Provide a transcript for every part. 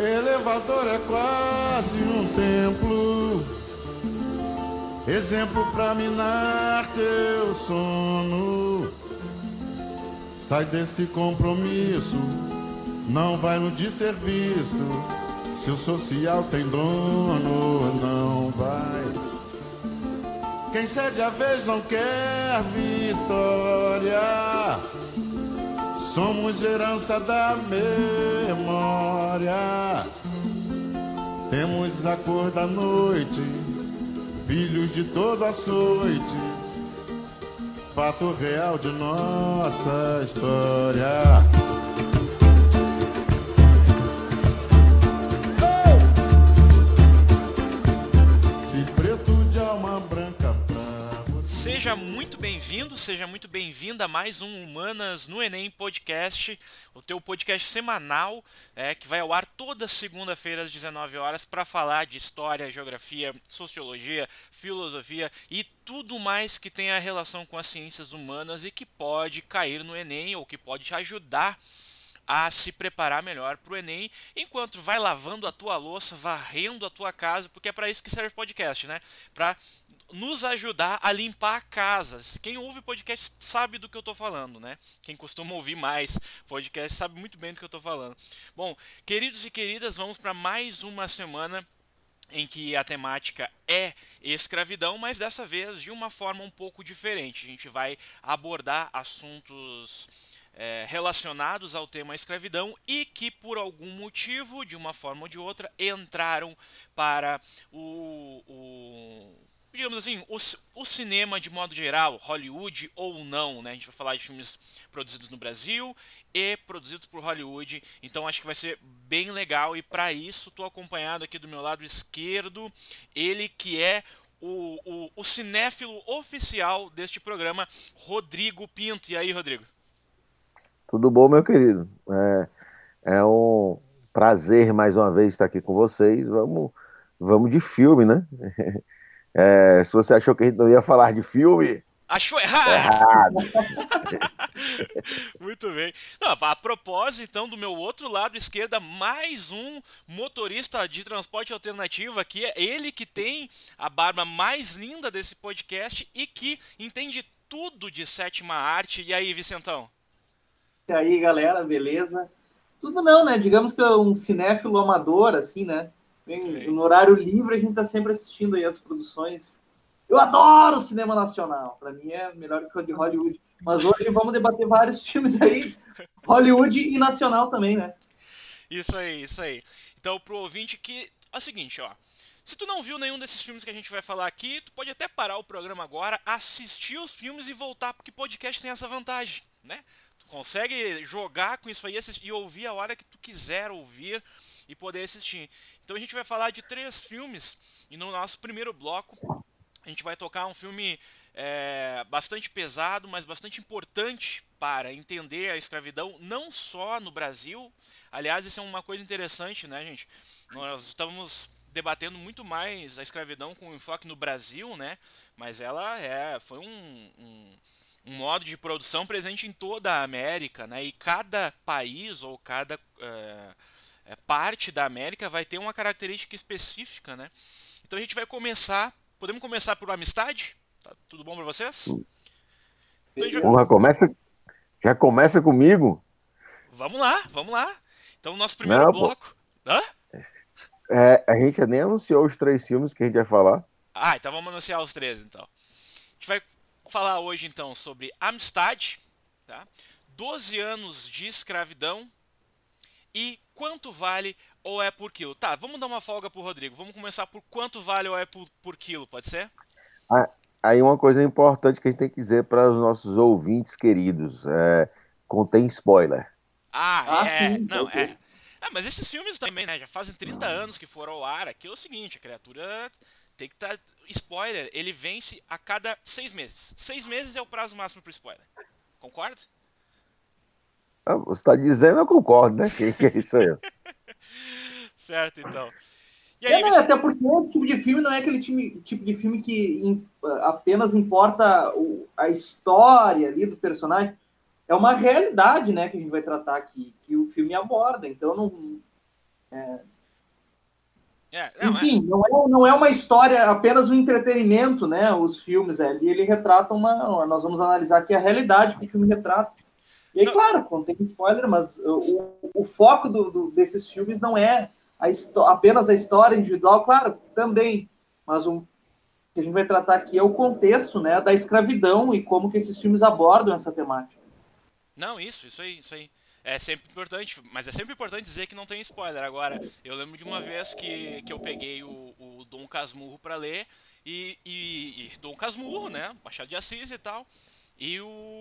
Elevador é quase um templo, exemplo pra minar teu sono. Sai desse compromisso, não vai no desserviço. Se o social tem dono, não vai. Quem cede a vez não quer vitória. Somos herança da memória. Temos a cor da noite, filhos de todo açoite. Fato real de nossa história. Se preto de alma branca pra você. Seja muito bem-vindo, seja muito bem-vinda a mais um Humanas no Enem Podcast, o teu podcast semanal, que vai ao ar toda segunda-feira às 19 horas para falar de história, geografia, sociologia, filosofia e tudo mais que tenha relação com as ciências humanas e que pode cair no Enem ou que pode te ajudar a se preparar melhor para o Enem, enquanto vai lavando a tua louça, varrendo a tua casa, porque é para isso que serve o podcast, né? Para nos ajudar a limpar a casa. Quem ouve podcast sabe do que eu estou falando, né? Quem costuma ouvir mais podcast sabe muito bem do que eu estou falando. Bom, queridos e queridas, vamos para mais uma semana em que a temática é escravidão, mas dessa vez de uma forma um pouco diferente. A gente vai abordar assuntos relacionados ao tema escravidão e que por algum motivo, de uma forma ou de outra, entraram para digamos assim, o cinema de modo geral, Hollywood ou não, né? A gente vai falar de filmes produzidos no Brasil e produzidos por Hollywood, então acho que vai ser bem legal e para isso estou acompanhado aqui do meu lado esquerdo, ele que é o cinéfilo oficial deste programa, Rodrigo Pinto. E aí, Rodrigo? Tudo bom, meu querido? É um prazer mais uma vez estar aqui com vocês. Vamos de filme, né? Se você achou que a gente não ia falar de filme, achou tá errado! errado. Muito bem. Não, a propósito, então, do meu outro lado esquerda, mais um motorista de transporte alternativo aqui. É ele que tem a barba mais linda desse podcast e que entende tudo de sétima arte. E aí, Vicentão? E aí, galera, beleza? Tudo não, né? Digamos que é um cinéfilo amador, assim, né? No horário livre a gente tá sempre assistindo aí as produções. Eu adoro o cinema nacional. Para mim é melhor que o de Hollywood. Mas hoje vamos debater vários filmes aí, Hollywood e nacional também, né? Isso aí, isso aí. Então, pro ouvinte que... É o seguinte, ó. Se tu não viu nenhum desses filmes que a gente vai falar aqui, tu pode até parar o programa agora, assistir os filmes e voltar, porque podcast tem essa vantagem, né? Tu consegue jogar com isso aí e ouvir a hora que tu quiser ouvir e poder assistir. Então a gente vai falar de 3 filmes e no nosso primeiro bloco a gente vai tocar um filme bastante pesado, mas bastante importante para entender a escravidão, não só no Brasil. Aliás, isso é uma coisa interessante, né, gente? Nós estamos debatendo muito mais a escravidão com enfoque no Brasil, né? Mas ela foi um modo de produção presente em toda a América, né? E cada país ou cada parte da América vai ter uma característica específica, né? Então a gente vai começar. Podemos começar por Amistade? Tá tudo bom para vocês? Então Já começa comigo? Vamos lá, vamos lá. Então, nosso primeiro bloco. Hã? A gente nem anunciou os 3 filmes que a gente vai falar. Ah, então vamos anunciar os 3, então. A gente vai falar hoje, então, sobre Amistade, tá? 12 anos de escravidão e quanto vale ou é por quilo. Tá, vamos dar uma folga pro Rodrigo. Vamos começar por quanto vale ou é por quilo, pode ser? Aí uma coisa importante que a gente tem que dizer para os nossos ouvintes queridos, contém spoiler. Sim. Não, mas esses filmes também, né, já fazem 30 anos que foram ao ar. Aqui é o seguinte, a criatura tem que estar... Spoiler, ele vence a cada 6 meses. 6 meses é o prazo máximo pro spoiler. Concorda? Você está dizendo, eu concordo, né? Que é isso aí. Certo, então. E aí, Até porque esse tipo de filme não é aquele tipo de filme que apenas importa a história ali do personagem. É uma realidade, né, que a gente vai tratar aqui, que o filme aborda. Então, Enfim, não é uma história, apenas um entretenimento, né? Os filmes ali, ele retrata nós vamos analisar aqui a realidade que o filme retrata. E aí, claro, contém spoiler, mas o foco desses filmes não é apenas a história individual, claro, também, mas o que a gente vai tratar aqui é o contexto, né, da escravidão e como que esses filmes abordam essa temática. Não, isso aí. É sempre importante, mas é sempre importante dizer que não tem spoiler. Agora, eu lembro de uma vez que eu peguei o Dom Casmurro pra ler, e Dom Casmurro, né, Machado de Assis e tal, e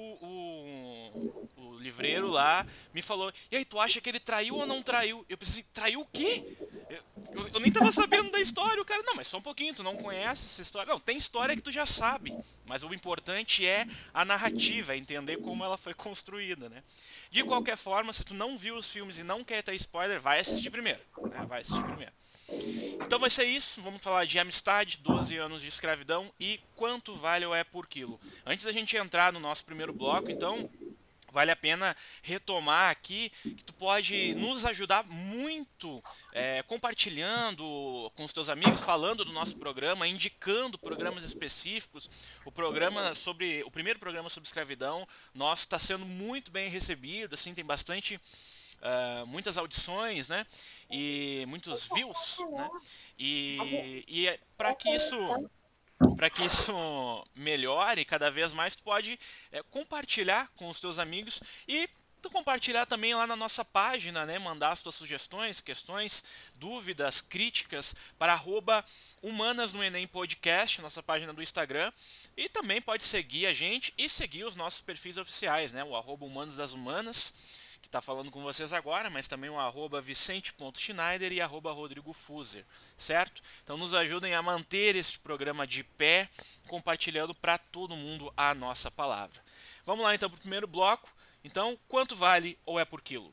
o livreiro lá me falou, e aí, tu acha que ele traiu ou não traiu? Eu pensei, traiu o quê? Eu nem tava sabendo da história, o cara, não, mas só um pouquinho, tu não conhece essa história. Não, tem história que tu já sabe, mas o importante é a narrativa, é entender como ela foi construída, né? De qualquer forma, se tu não viu os filmes e não quer ter spoiler, vai assistir primeiro, né? Vai assistir primeiro. Então vai ser isso, vamos falar de amistade, 12 anos de escravidão e quanto vale ou é por quilo. Antes da gente entrar no nosso primeiro bloco, então, vale a pena retomar aqui que tu pode nos ajudar muito compartilhando com os teus amigos, falando do nosso programa, indicando programas específicos. O primeiro programa sobre escravidão nosso está sendo muito bem recebido, assim, tem muitas audições, né? E muitos views, né? E para que isso melhore cada vez mais, tu pode compartilhar com os teus amigos e compartilhar também lá na nossa página, né? Mandar as tuas sugestões, questões, dúvidas, críticas para @Humanas no Enem Podcast, nossa página do Instagram. E também pode seguir a gente e seguir os nossos perfis oficiais, né? O @Humanos das Humanas, que está falando com vocês agora, mas também o @Vicente.Schneider e @Rodrigo Fuser, certo? Então nos ajudem a manter este programa de pé, compartilhando para todo mundo a nossa palavra. Vamos lá então para o primeiro bloco. Então, quanto vale ou é por quilo?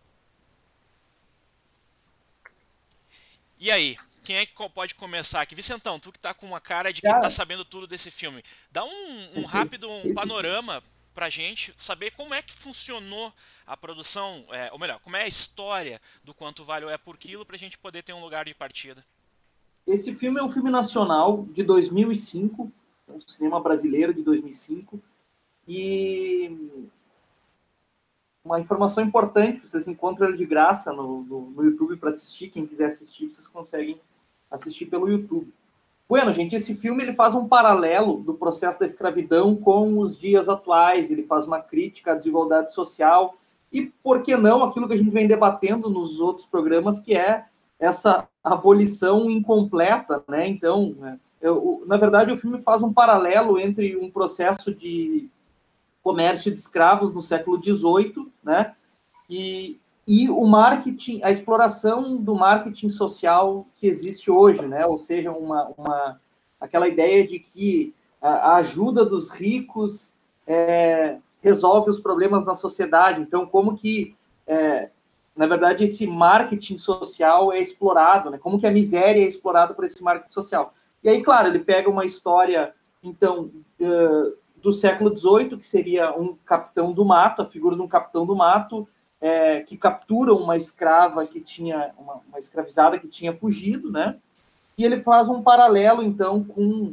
E aí, quem é que pode começar aqui? Vicentão, tu que tá com uma cara de que tá sabendo tudo desse filme, dá um rápido panorama pra gente saber como é que funcionou a produção, ou melhor, como é a história do Quanto Vale ou é por Quilo, pra gente poder ter um lugar de partida. Esse filme é um filme nacional de 2005, um cinema brasileiro de 2005, e uma informação importante, vocês encontram ele de graça no YouTube para assistir, quem quiser assistir, vocês conseguem assistir pelo YouTube. Bueno, gente, esse filme ele faz um paralelo do processo da escravidão com os dias atuais, ele faz uma crítica à desigualdade social e, por que não, aquilo que a gente vem debatendo nos outros programas, que é essa abolição incompleta, né? Então, na verdade, o filme faz um paralelo entre um processo de comércio de escravos no século XVIII, né? E o marketing, a exploração do marketing social que existe hoje, né? Ou seja, aquela ideia de que a ajuda dos ricos resolve os problemas na sociedade. Então, como que, na verdade, esse marketing social é explorado, né? Como que a miséria é explorada por esse marketing social. E aí, claro, ele pega uma história, então, do século XVIII, que seria um capitão do mato, a figura de um capitão do mato, que captura uma escrava que tinha, uma escravizada que tinha fugido, né? E ele faz um paralelo, então, com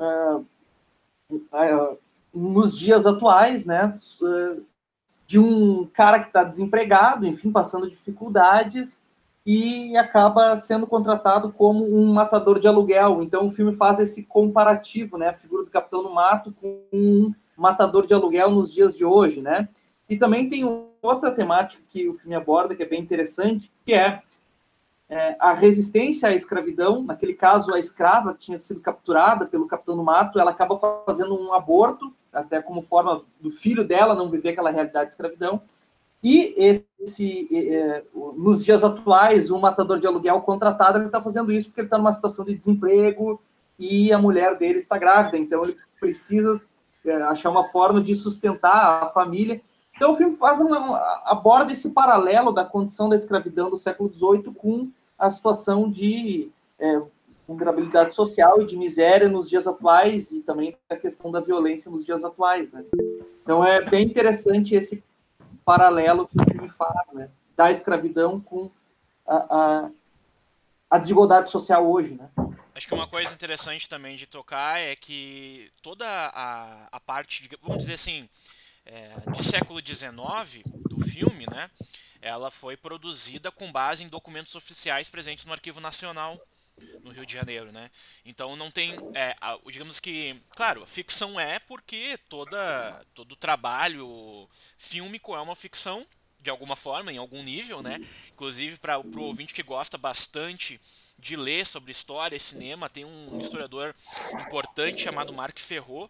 nos dias atuais, né? De um cara que está desempregado, enfim, passando dificuldades, e acaba sendo contratado como um matador de aluguel. Então, o filme faz esse comparativo, né? A figura do capitão do mato com um matador de aluguel nos dias de hoje, né? E também tem outra temática que o filme aborda, que é bem interessante, que é a resistência à escravidão. Naquele caso, a escrava que tinha sido capturada pelo capitão do mato, ela acaba fazendo um aborto, até como forma do filho dela não viver aquela realidade de escravidão. E nos dias atuais, o matador de aluguel contratado, ele está fazendo isso porque ele está numa situação de desemprego e a mulher dele está grávida, então ele precisa achar uma forma de sustentar a família. Então o filme aborda esse paralelo da condição da escravidão do século XVIII com a situação de vulnerabilidade social e de miséria nos dias atuais e também a questão da violência nos dias atuais, né? Então é bem interessante esse paralelo que o filme faz, né? Da escravidão com a a desigualdade social hoje, né? Acho que uma coisa interessante também de tocar é que toda a parte, vamos dizer assim, de século XIX do filme, né? Ela foi produzida com base em documentos oficiais presentes no Arquivo Nacional no Rio de Janeiro, né? Então não tem, digamos que, claro, a ficção porque todo o trabalho fílmico é uma ficção de alguma forma, em algum nível, né? Inclusive para o ouvinte que gosta bastante de ler sobre história e cinema, tem um historiador importante chamado Marc Ferrot,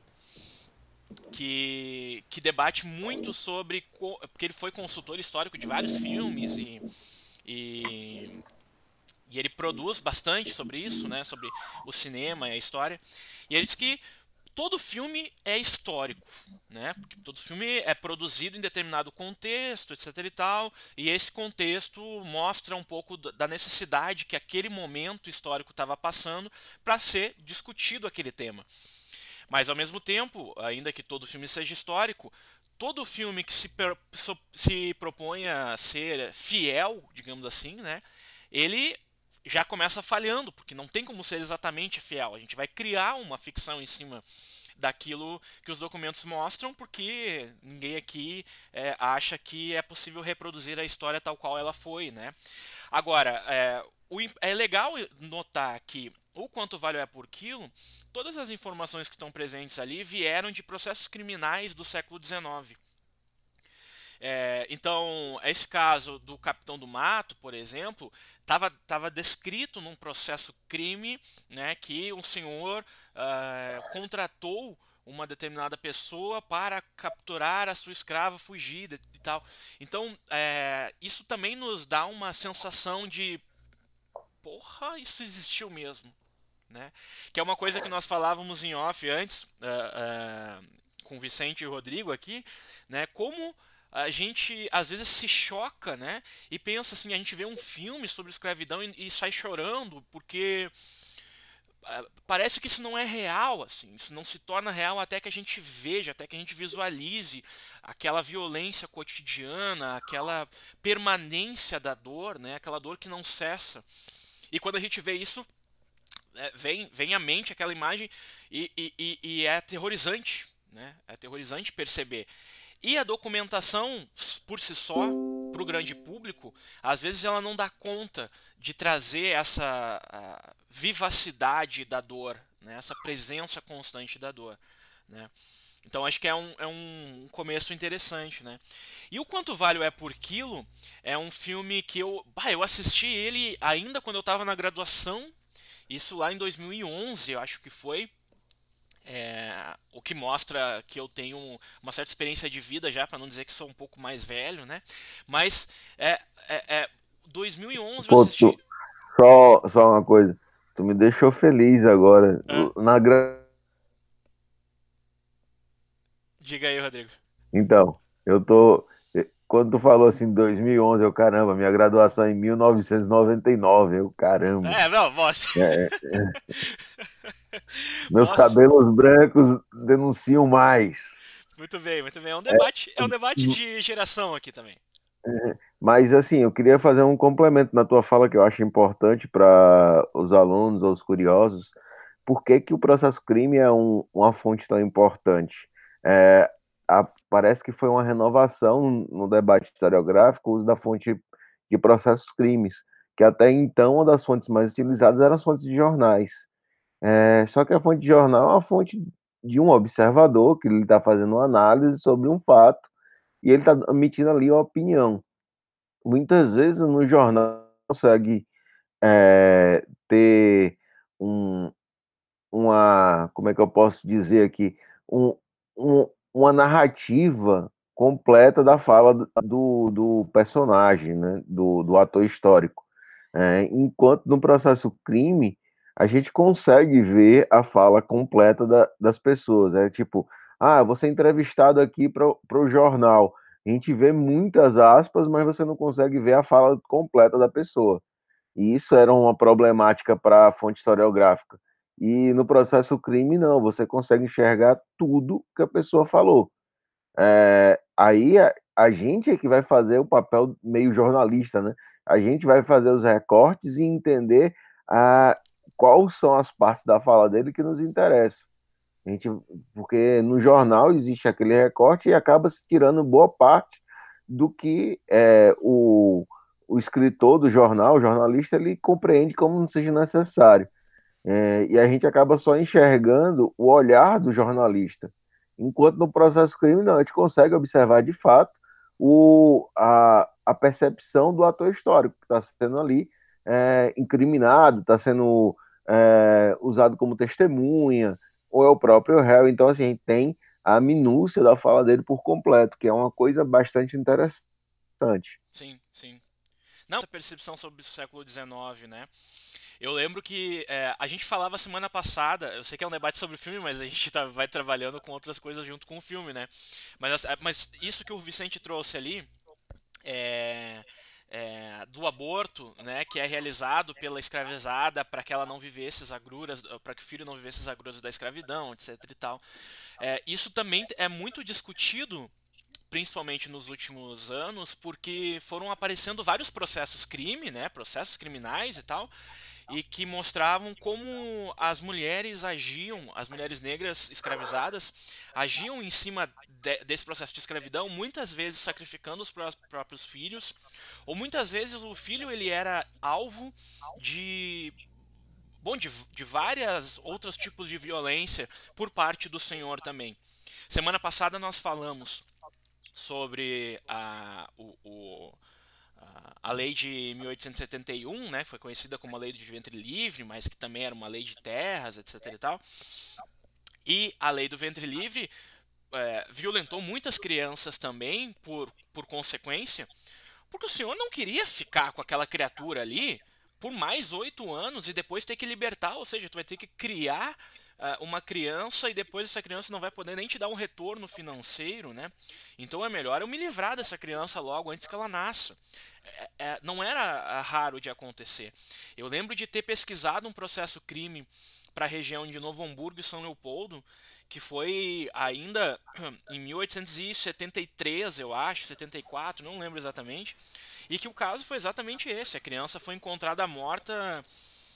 que debate muito sobre, porque ele foi consultor histórico de vários filmes e ele produz bastante sobre isso, né, sobre o cinema e a história. E ele diz que todo filme é histórico, né? Porque todo filme é produzido em determinado contexto, etc e tal, e esse contexto mostra um pouco da necessidade que aquele momento histórico estava passando para ser discutido aquele tema. Mas ao mesmo tempo, ainda que todo filme seja histórico, todo filme que se propõe a ser fiel, digamos assim, né? Ele já começa falhando, porque não tem como ser exatamente fiel. A gente vai criar uma ficção em cima daquilo que os documentos mostram, porque ninguém aqui acha que é possível reproduzir a história tal qual ela foi, né? Agora, é legal notar que o Quanto Vale é por Quilo, todas as informações que estão presentes ali vieram de processos criminais do século XIX. Então, esse caso do Capitão do Mato, por exemplo, estava descrito num processo crime, né, que um senhor contratou uma determinada pessoa para capturar a sua escrava fugida e tal. Então, isso também nos dá uma sensação de porra, isso existiu mesmo, né? Que é uma coisa que nós falávamos em off antes, com o Vicente e o Rodrigo aqui, né? Como a gente às vezes se choca, né? E pensa assim, a gente vê um filme sobre escravidão e sai chorando porque parece que isso não é real, assim, isso não se torna real até que a gente veja, até que a gente visualize aquela violência cotidiana, aquela permanência da dor, né? Aquela dor que não cessa. E quando a gente vê isso, vem à mente aquela imagem e é aterrorizante, né? É aterrorizante perceber. E a documentação, por si só, para o grande público, às vezes ela não dá conta de trazer essa vivacidade da dor, né? Essa presença constante da dor, né? Então acho que é um começo interessante, né? E o Quanto Vale é por Quilo é um filme que eu assisti ele ainda quando eu estava na graduação, isso lá em 2011, eu acho que foi. O que mostra que eu tenho uma certa experiência de vida já, para não dizer que sou um pouco mais velho, né? Mas 2011 eu Pô, assisti. só uma coisa, tu me deixou feliz agora. Diga aí, Rodrigo. Então, quando tu falou assim 2011, caramba, minha graduação é em 1999, caramba. Não, mostra. Meus cabelos brancos denunciam mais. Muito bem, muito bem. É um debate de geração aqui também. Mas assim, eu queria fazer um complemento na tua fala que eu acho importante para os alunos ou os curiosos. Por que que o processo crime é uma fonte tão importante? Parece que foi uma renovação no debate historiográfico o uso da fonte de processos crimes, que até então uma das fontes mais utilizadas eram as fontes de jornais. Só que a fonte de jornal é uma fonte de um observador que ele está fazendo uma análise sobre um fato e ele está emitindo ali uma opinião. Muitas vezes no jornal consegue ter como é que eu posso dizer aqui, uma narrativa completa da fala do personagem, né, do ator histórico. Enquanto no processo crime, a gente consegue ver a fala completa das pessoas. Tipo, vou ser entrevistado aqui para o jornal. A gente vê muitas aspas, mas você não consegue ver a fala completa da pessoa. E isso era uma problemática para a fonte historiográfica. E no processo crime, não, você consegue enxergar tudo que a pessoa falou. Aí a gente é que vai fazer o papel meio jornalista, né? A gente vai fazer os recortes e entender quais são as partes da fala dele que nos interessam. Porque no jornal existe aquele recorte e acaba se tirando boa parte do que o escritor do jornal, o jornalista, ele compreende como não seja necessário. E a gente acaba só enxergando o olhar do jornalista. Enquanto no processo crime, não, a gente consegue observar de fato a percepção do ator histórico que está sendo ali incriminado, está sendo usado como testemunha, ou é o próprio réu. Então, assim, a gente tem a minúcia da fala dele por completo, que é uma coisa bastante interessante. Sim, sim. Não, essa percepção sobre o século XIX, né? Eu lembro que a gente falava semana passada, eu sei que é um debate sobre o filme, mas a gente vai trabalhando com outras coisas junto com o filme, né? Mas isso que o Vicente trouxe ali, do aborto, né, que é realizado pela escravizada para que ela não vivesse as agruras, para que o filho não vivesse as agruras da escravidão, etc e tal. Isso também é muito discutido, principalmente nos últimos anos, porque foram aparecendo vários processos crime, né, processos criminais e tal, e que mostravam como as mulheres agiam, as mulheres negras escravizadas, agiam em cima desse processo de escravidão, muitas vezes sacrificando os próprios filhos, ou muitas vezes o filho ele era alvo de várias outros tipos de violência por parte do senhor também. Semana passada nós falamos sobre a lei de 1871, né, que foi conhecida como a lei de ventre livre, mas que também era uma lei de terras, etc e tal. E a lei do ventre livre violentou muitas crianças também por consequência, porque o senhor não queria ficar com aquela criatura ali por mais 8 anos e depois ter que libertar, ou seja, tu vai ter que criar uma criança e depois essa criança não vai poder nem te dar um retorno financeiro, né? Então é melhor eu me livrar dessa criança logo antes que ela nasça. Não era raro de acontecer. Eu lembro de ter pesquisado um processo crime para a região de Novo Hamburgo e São Leopoldo, que foi ainda em 1873, eu acho, 74, não lembro exatamente, e que o caso foi exatamente esse. A criança foi encontrada morta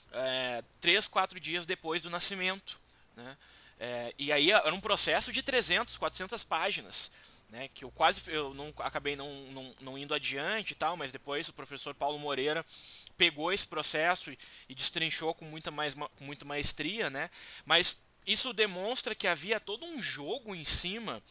3, 4 dias depois do nascimento, né? E aí era um processo de 300, 400 páginas, né, que eu acabei não indo adiante e tal, mas depois o professor Paulo Moreira pegou esse processo e destrinchou com muita maestria, né? Mas isso demonstra que havia todo um jogo em cima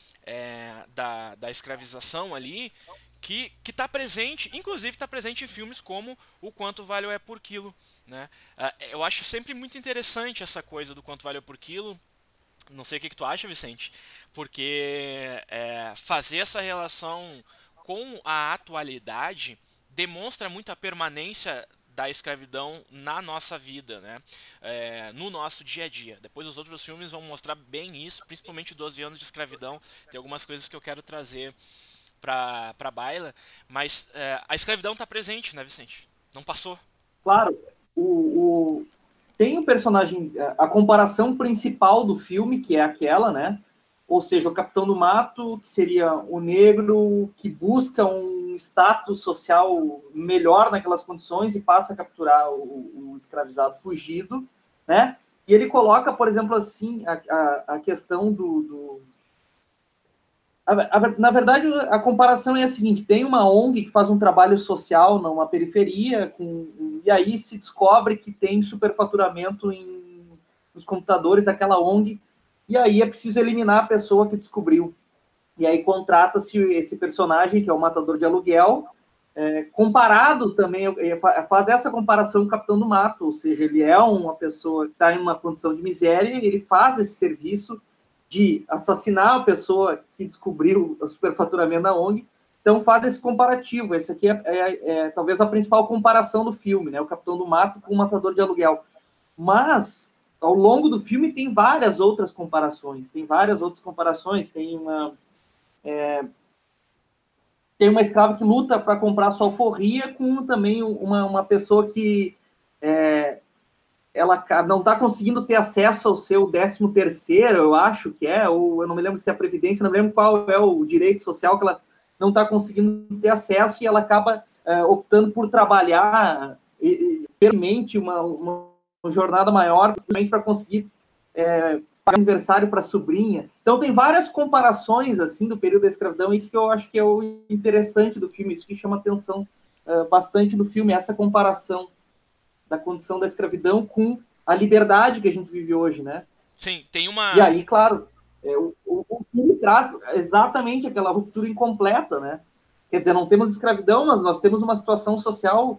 da escravização ali, que está presente, inclusive está presente em filmes como O Quanto Vale é por Quilo, né? Eu acho sempre muito interessante essa coisa do quanto vale por quilo. Não sei o que tu acha, Vicente, porque fazer essa relação com a atualidade demonstra muito a permanência da escravidão na nossa vida, né? No nosso dia a dia. Depois os outros filmes vão mostrar bem isso, principalmente 12 anos de escravidão. Tem algumas coisas que eu quero trazer para baila, mas a escravidão está presente, né, Vicente? Não passou. Claro, tem um personagem, a comparação principal do filme, que é aquela, né? Ou seja, o Capitão do Mato, que seria o negro que busca um status social melhor naquelas condições e passa a capturar o escravizado fugido, né? E ele coloca, por exemplo, assim, a questão na verdade, a comparação é a seguinte: tem uma ONG que faz um trabalho social numa periferia, e aí se descobre que tem superfaturamento nos computadores daquela ONG, e aí é preciso eliminar a pessoa que descobriu. E aí contrata-se esse personagem, que é o matador de aluguel, comparado também, faz essa comparação com o Capitão do Mato, ou seja, ele é uma pessoa que está em uma condição de miséria, e ele faz esse serviço de assassinar a pessoa que descobriu o superfaturamento da ONG. Então faz esse comparativo. Esse aqui é talvez a principal comparação do filme, né? O Capitão do Mato com o matador de aluguel. Mas ao longo do filme tem várias outras comparações. Tem uma escrava que luta para comprar sua alforria com também uma pessoa que ela não está conseguindo ter acesso ao seu 13º, eu acho que ou eu não me lembro se é a Previdência, não me lembro qual é o direito social que ela não está conseguindo ter acesso, e ela acaba optando por trabalhar permanente, uma jornada maior, para conseguir pagar aniversário para a sobrinha. Então tem várias comparações assim do período da escravidão, isso que eu acho que é o interessante do filme, isso que chama atenção bastante no filme, essa comparação da condição da escravidão com a liberdade que a gente vive hoje, né? Sim, tem uma... E aí, claro, o filme traz exatamente aquela ruptura incompleta, né? Quer dizer, não temos escravidão, mas nós temos uma situação social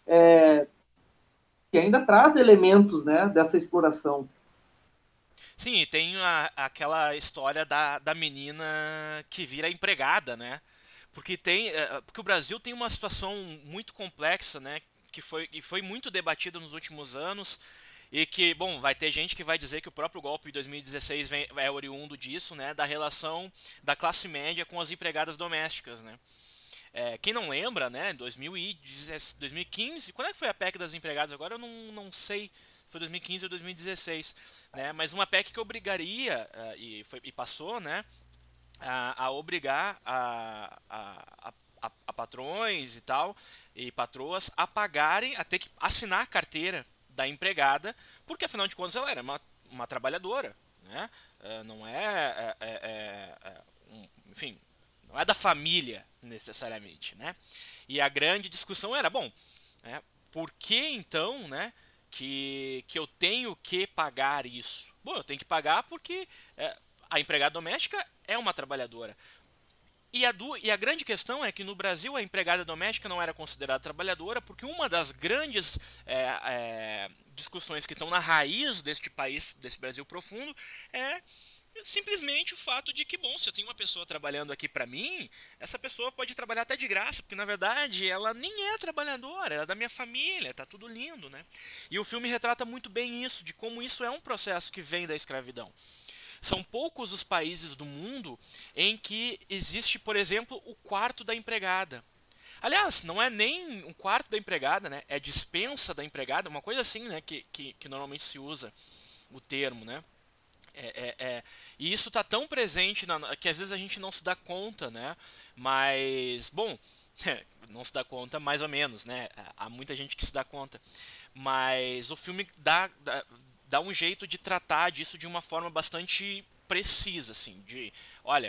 que ainda traz elementos, né, dessa exploração. Sim, e tem aquela história da menina que vira empregada, né? Porque o Brasil tem uma situação muito complexa, né? Que foi muito debatida nos últimos anos e que, bom, vai ter gente que vai dizer que o próprio golpe de 2016 é oriundo disso, né? Da relação da classe média com as empregadas domésticas, né? Quem não lembra, né? 2015, quando é que foi a PEC das empregadas? Agora eu não sei. Foi 2015 ou 2016, né? Mas uma PEC que obrigaria, e passou, né? A obrigar a patrões e tal, e patroas a pagarem, a ter que assinar a carteira da empregada, porque afinal de contas ela era uma trabalhadora, né? Não enfim, não é da família necessariamente, né? E a grande discussão era, bom, por que então, né, que eu tenho que pagar isso? Bom, eu tenho que pagar porque a empregada doméstica é uma trabalhadora. E a grande questão é que no Brasil a empregada doméstica não era considerada trabalhadora, porque uma das grandes discussões que estão na raiz deste país, desse Brasil profundo, é simplesmente o fato de que, bom, se eu tenho uma pessoa trabalhando aqui pra mim, essa pessoa pode trabalhar até de graça, porque na verdade ela nem é trabalhadora, ela é da minha família, tá tudo lindo, né? E o filme retrata muito bem isso, de como isso é um processo que vem da escravidão. São poucos os países do mundo em que existe, por exemplo, o quarto da empregada. Aliás, não é nem um quarto da empregada, né? É dispensa da empregada, uma coisa assim, né? Que normalmente se usa o termo, né? E isso está tão presente que às vezes a gente não se dá conta, né? Mas, bom, não se dá conta mais ou menos, né? Há muita gente que se dá conta. Mas o filme dá um jeito de tratar disso de uma forma bastante precisa, assim, olha,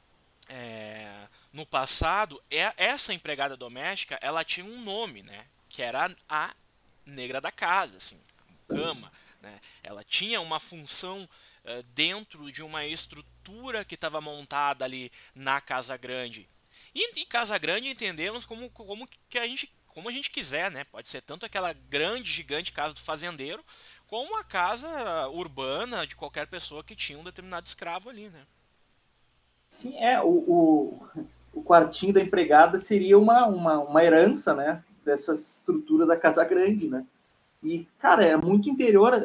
no passado, essa empregada doméstica, ela tinha um nome, né? Que era a negra da casa, assim, cama, né? Ela tinha uma função dentro de uma estrutura que estava montada ali na Casa Grande. E em Casa Grande entendemos como a gente quiser, né? Pode ser tanto aquela grande, gigante casa do fazendeiro, como a casa urbana de qualquer pessoa que tinha um determinado escravo ali, né? Sim, o quartinho da empregada seria uma herança, né? Dessa estrutura da Casa Grande, né? E, cara, é muito interior,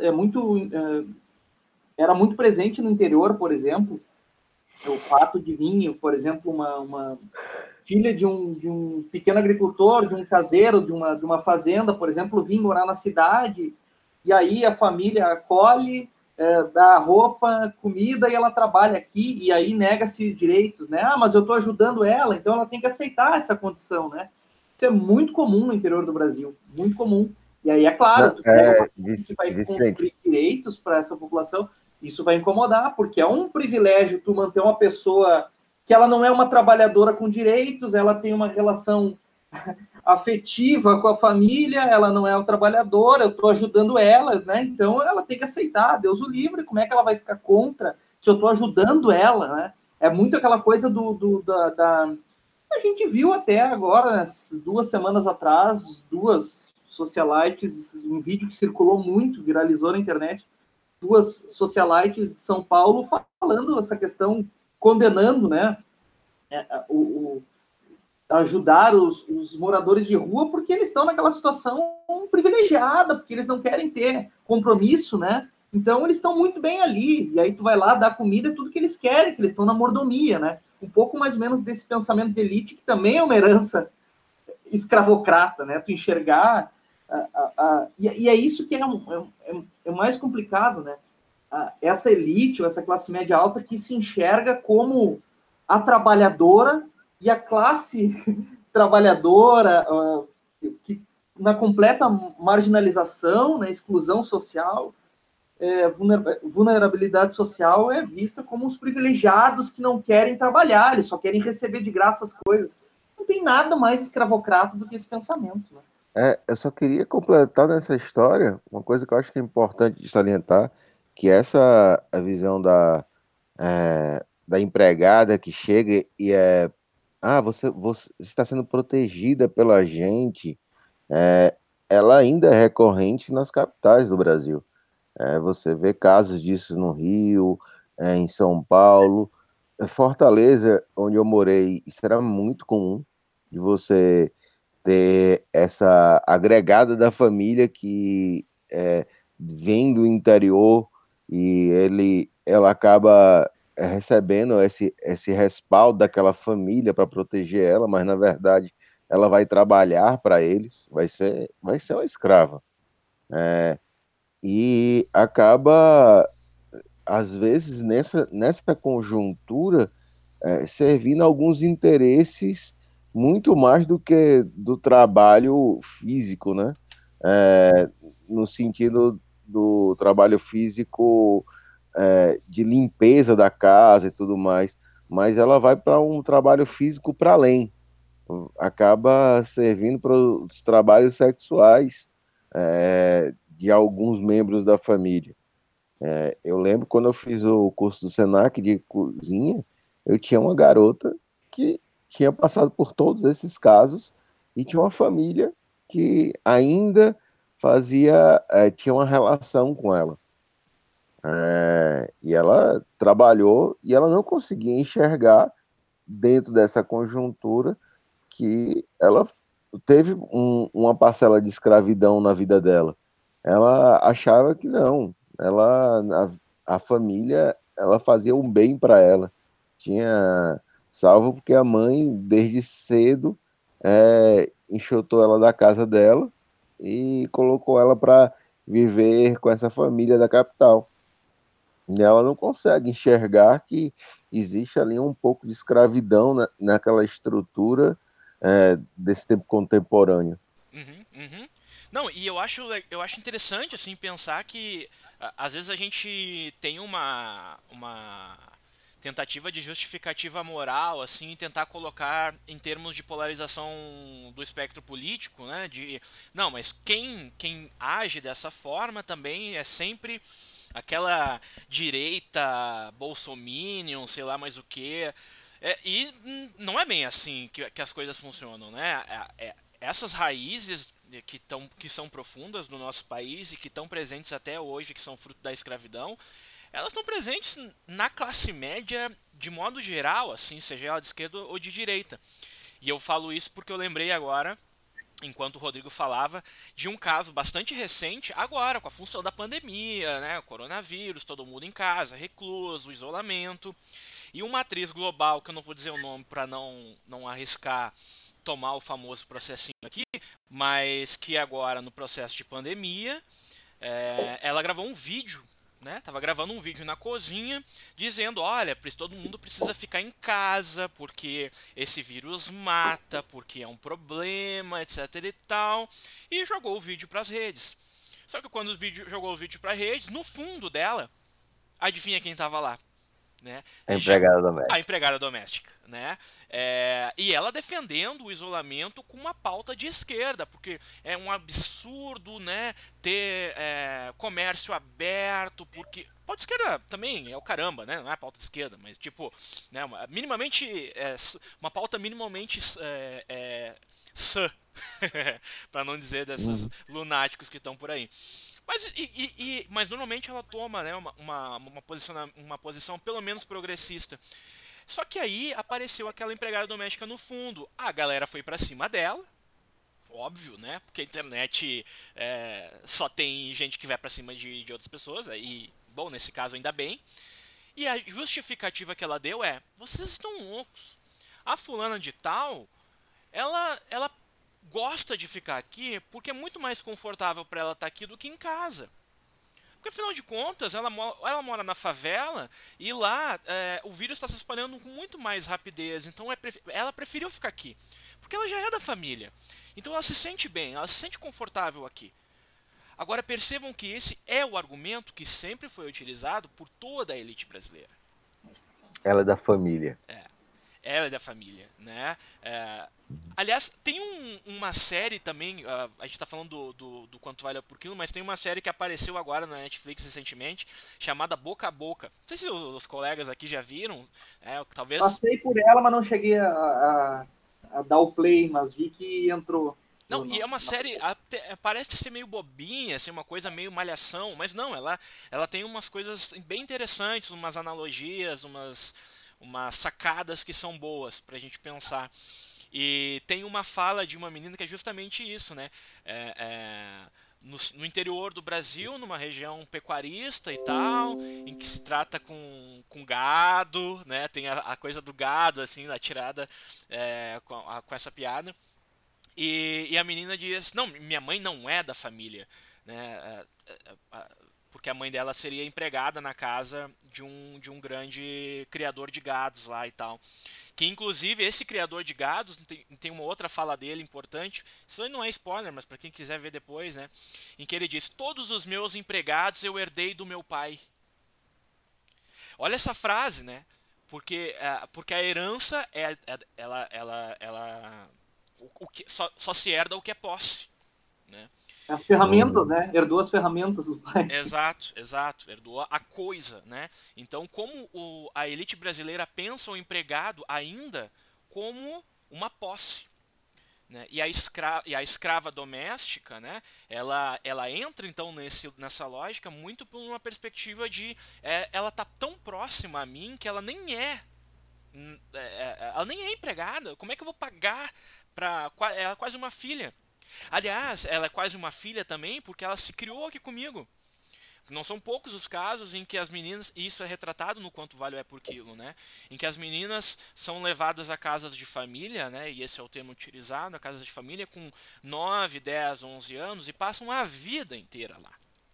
era muito presente no interior, por exemplo, o fato de vir, por exemplo, uma filha de um pequeno agricultor, de um caseiro, de uma fazenda, por exemplo, vir morar na cidade, e aí a família acolhe, dá roupa, comida, e ela trabalha aqui, e aí nega-se direitos, né? Mas eu estou ajudando ela, então ela tem que aceitar essa condição, né? Isso é muito comum no interior do Brasil, muito comum. E aí, é claro, você vai construir direitos para essa população, isso vai incomodar, porque é um privilégio tu manter uma pessoa que ela não é uma trabalhadora com direitos, ela tem uma relação afetiva com a família, ela não é uma trabalhadora, eu estou ajudando ela, né? Então ela tem que aceitar, Deus o livre, como é que ela vai ficar contra se eu estou ajudando ela, né? É muito aquela coisa A gente viu até agora, né, 2 semanas atrás, 2 socialites, um vídeo que circulou muito, viralizou na internet, 2 socialites de São Paulo falando essa questão, condenando, né, ajudar os moradores de rua porque eles estão naquela situação privilegiada, porque eles não querem ter compromisso, né? Então eles estão muito bem ali, e aí tu vai lá dar comida, tudo que eles querem, que eles estão na mordomia, né? Um pouco mais ou menos desse pensamento de elite, que também é uma herança escravocrata, né? Tu enxergar... E é isso que é mais complicado, né? Essa elite, ou essa classe média alta que se enxerga como a trabalhadora, e a classe trabalhadora, que na completa marginalização, né, exclusão social, vulnerabilidade social é vista como os privilegiados que não querem trabalhar, eles só querem receber de graça as coisas. Não tem nada mais escravocrata do que esse pensamento, né? Eu só queria completar nessa história uma coisa que eu acho que é importante de salientar, que essa a visão da empregada que chega e você está sendo protegida pela gente, ela ainda é recorrente nas capitais do Brasil. Você vê casos disso no Rio, em São Paulo, Fortaleza, onde eu morei, isso era muito comum, de você ter essa agregada da família que vem do interior e ela acaba recebendo esse respaldo daquela família para proteger ela, mas na verdade ela vai trabalhar para eles, vai ser uma escrava. E acaba, às vezes, nessa conjuntura, servindo alguns interesses muito mais do que do trabalho físico, né? No sentido do trabalho físico de limpeza da casa e tudo mais, mas ela vai para um trabalho físico para além, acaba servindo para os trabalhos sexuais de alguns membros da família. Eu lembro quando eu fiz o curso do Senac de cozinha, eu tinha uma garota que tinha passado por todos esses casos e tinha uma família que ainda tinha uma relação com ela. E ela trabalhou e ela não conseguia enxergar dentro dessa conjuntura que ela teve uma parcela de escravidão na vida dela. Ela achava que não, a família, ela fazia um bem para ela, salvo porque a mãe desde cedo enxotou ela da casa dela e colocou ela para viver com essa família da capital. E ela não consegue enxergar que existe ali um pouco de escravidão naquela estrutura desse tempo contemporâneo. Uhum. Não, e eu acho interessante assim pensar que às vezes a gente tem uma tentativa de justificativa moral, assim, tentar colocar em termos de polarização do espectro político, né? Não, mas quem age dessa forma também é sempre aquela direita bolsominion, sei lá mais o que. E não é bem assim que as coisas funcionam, né? Essas raízes que são profundas no nosso país e que estão presentes até hoje, que são fruto da escravidão, elas estão presentes na classe média de modo geral, assim, seja ela de esquerda ou de direita. E eu falo isso porque eu lembrei agora, enquanto o Rodrigo falava, de um caso bastante recente, agora, com a função da pandemia, né, o coronavírus, todo mundo em casa, recluso, isolamento, e uma atriz global, que eu não vou dizer o nome para não arriscar tomar o famoso processinho aqui, mas que agora, no processo de pandemia, ela gravou um vídeo, né? Tava gravando um vídeo na cozinha dizendo, olha, todo mundo precisa ficar em casa porque esse vírus mata, porque é um problema, etc e tal, e jogou o vídeo para as redes. Só que quando jogou o vídeo para as redes, no fundo dela, adivinha quem tava lá? Né? A empregada doméstica. A empregada doméstica, né? E ela defendendo o isolamento com uma pauta de esquerda, porque é um absurdo, né, ter comércio aberto, porque pauta de esquerda também é o caramba, né? Não é pauta de esquerda, mas tipo, né, uma pauta minimamente sã, para não dizer desses lunáticos que estão por aí. Mas normalmente ela toma, né, uma posição pelo menos progressista. Só que aí apareceu aquela empregada doméstica no fundo. A galera foi pra cima dela, óbvio, né? Porque a internet só tem gente que vai pra cima de outras pessoas. E, bom, nesse caso ainda bem. E a justificativa que ela deu vocês estão loucos. A fulana de tal, ela gosta de ficar aqui porque é muito mais confortável para ela estar aqui do que em casa. Porque afinal de contas, ela mora na favela e lá o vírus está se espalhando com muito mais rapidez. Então ela preferiu ficar aqui. Porque ela já é da família. Então ela se sente bem, ela se sente confortável aqui. Agora percebam que esse é o argumento que sempre foi utilizado por toda a elite brasileira. Ela é da família. Ela é da família, né? Aliás, tem uma série também, a gente tá falando do Quanto Vale por Quilo, mas tem uma série que apareceu agora na Netflix recentemente, chamada Boca a Boca. Não sei se os colegas aqui já viram, talvez... Passei por ela, mas não cheguei a dar o play, mas vi que entrou. Não, e é uma série, parece ser meio bobinha, assim, uma coisa meio malhação, mas não, ela tem umas coisas bem interessantes, umas analogias, umas sacadas que são boas pra gente pensar. E tem uma fala de uma menina que é justamente isso, né? No interior do Brasil, numa região pecuarista e tal, em que se trata com gado, né? Tem a coisa do gado, assim, na tirada com essa piada. E a menina diz, não, minha mãe não é da família, né? Porque a mãe dela seria empregada na casa de um grande criador de gados lá e tal. Que inclusive esse criador de gados, tem uma outra fala dele importante, isso aí não é spoiler, mas para quem quiser ver depois, né? Em que ele diz, todos os meus empregados eu herdei do meu pai. Olha essa frase, né? Porque a herança só se herda o que é posse, né? As ferramentas, né? Herdou as ferramentas do pai. Exato. Herdou a coisa, né? Então, como a elite brasileira pensa o empregado ainda como uma posse, né? E a escrava doméstica, né? Ela entra, então, nessa lógica muito por uma perspectiva de ela tá tão próxima a mim que ela nem é empregada. Como é que eu vou pagar ela é quase uma filha. Aliás, ela é quase uma filha também porque ela se criou aqui comigo. Não são poucos os casos em que as meninas, e isso é retratado no Quanto Vale por Quilo, né? Em que as meninas são levadas a casas de família, né? E esse é o termo utilizado, a casas de família, com 9, 10, 11 anos e passam a vida inteira lá.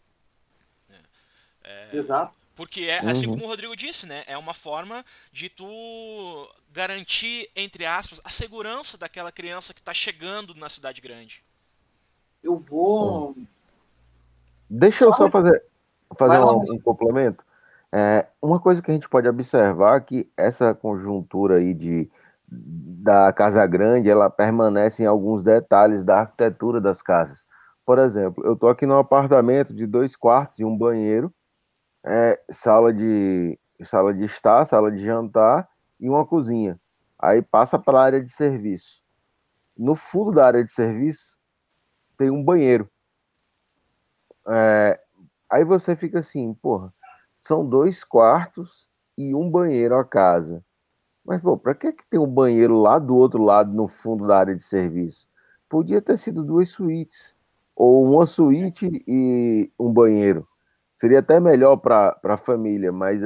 Exato. Porque assim como o Rodrigo disse, né? É uma forma de tu garantir, entre aspas, a segurança daquela criança que está chegando na cidade grande. Eu vou... Deixa eu só fazer um complemento. Uma coisa que a gente pode observar é que essa conjuntura aí da casa grande, ela permanece em alguns detalhes da arquitetura das casas. Por exemplo, eu estou aqui num apartamento de 2 quartos e um banheiro, sala de estar, sala de jantar e uma cozinha. Aí passa para a área de serviço. No fundo da área de serviço tem um banheiro. Aí você fica assim, porra, são 2 quartos e um banheiro a casa. Mas, pô, pra que tem um banheiro lá do outro lado, no fundo da área de serviço? Podia ter sido 2 suítes, ou uma suíte e um banheiro. Seria até melhor para a família, mas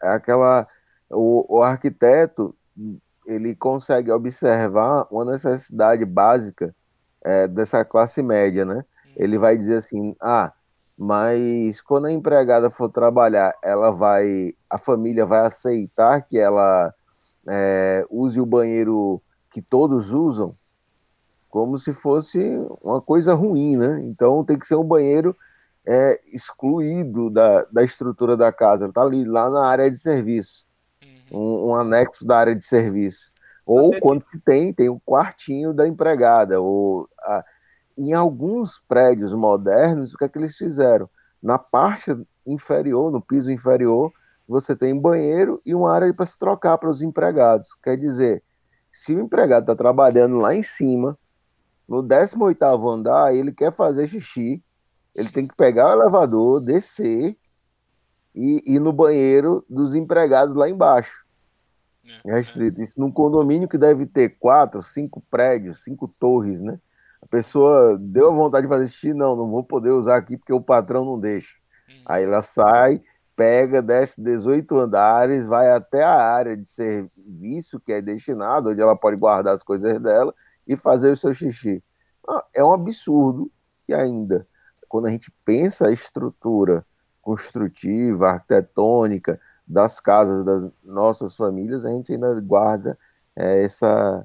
o arquiteto, ele consegue observar uma necessidade básica dessa classe média, né? Ele vai dizer assim, mas quando a empregada for trabalhar, a família vai aceitar que ela use o banheiro que todos usam, como se fosse uma coisa ruim, né? Então tem que ser um banheiro excluído da estrutura da casa, está ali, lá na área de serviço, um anexo da área de serviço. Ou quando se tem um quartinho da empregada, em alguns prédios modernos, o que é que eles fizeram? Na parte inferior, no piso inferior, você tem banheiro e uma área para se trocar para os empregados. Quer dizer, se o empregado está trabalhando lá em cima, no 18º andar, ele quer fazer xixi, ele tem que pegar o elevador, descer e ir no banheiro dos empregados lá embaixo. É restrito. Isso num condomínio que deve ter 4, 5 prédios, 5 torres, né? A pessoa deu a vontade de fazer xixi, não vou poder usar aqui porque o patrão não deixa. Aí ela sai, pega, desce 18 andares, vai até a área de serviço que é destinado, onde ela pode guardar as coisas dela e fazer o seu xixi. É um absurdo que ainda, quando a gente pensa a estrutura construtiva, arquitetônica das casas das nossas famílias, a gente ainda guarda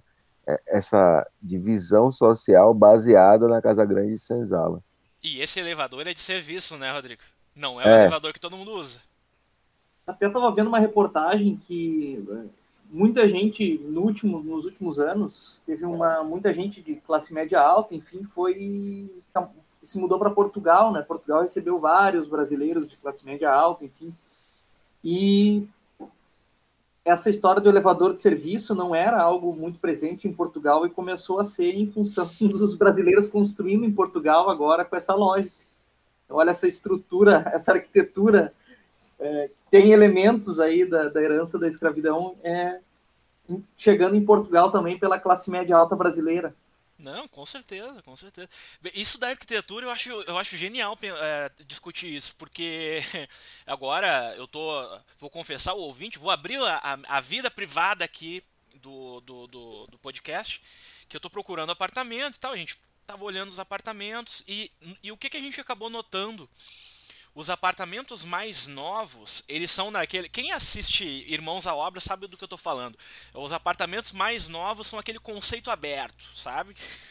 essa divisão social baseada na Casa Grande de Senzala. E esse elevador é de serviço, né, Rodrigo? Não é o É, elevador que todo mundo usa. Até estava vendo uma reportagem que muita gente nos últimos anos teve muita gente de classe média alta, enfim, se mudou para Portugal, né? Portugal recebeu vários brasileiros de classe média alta, enfim. E essa história do elevador de serviço não era algo muito presente em Portugal e começou a ser em função dos brasileiros construindo em Portugal agora com essa lógica. Então, olha essa estrutura, essa arquitetura tem elementos aí da herança da escravidão chegando em Portugal também pela classe média alta brasileira. Não, com certeza, com certeza. Isso da arquitetura eu acho genial discutir isso, porque agora vou confessar ao ouvinte, vou abrir a vida privada aqui do podcast, que eu tô procurando apartamento e tal, a gente tava olhando os apartamentos e o que a gente acabou notando. Os apartamentos mais novos, eles são naquele... Quem assiste Irmãos à Obra sabe do que eu tô falando. Os apartamentos mais novos são aquele conceito aberto, sabe?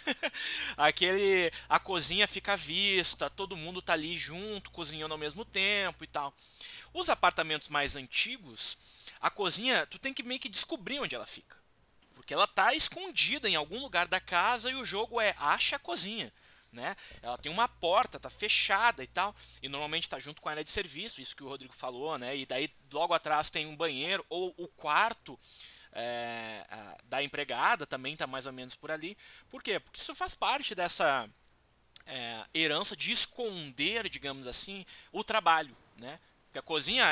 A cozinha fica à vista, todo mundo tá ali junto, cozinhando ao mesmo tempo e tal. Os apartamentos mais antigos, a cozinha, tu tem que meio que descobrir onde ela fica. Porque ela tá escondida em algum lugar da casa e o jogo acha a cozinha. Né? Ela tem uma porta, tá fechada e tal, e normalmente tá junto com a área de serviço, isso que o Rodrigo falou, né? E daí logo atrás tem um banheiro, ou o quarto da empregada também tá mais ou menos por ali. Por quê? Porque isso faz parte dessa herança de esconder, digamos assim, o trabalho, né? Porque a cozinha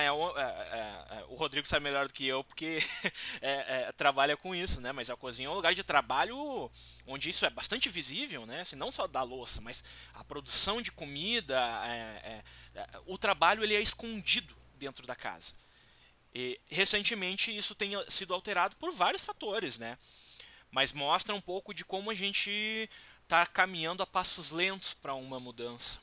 o Rodrigo sabe melhor do que eu, porque trabalha com isso, né? Mas a cozinha é um lugar de trabalho onde isso é bastante visível, né? Assim, não só da louça, mas a produção de comida, o trabalho ele é escondido dentro da casa. E recentemente isso tem sido alterado por vários fatores, né? Mas mostra um pouco de como a gente está caminhando a passos lentos para uma mudança.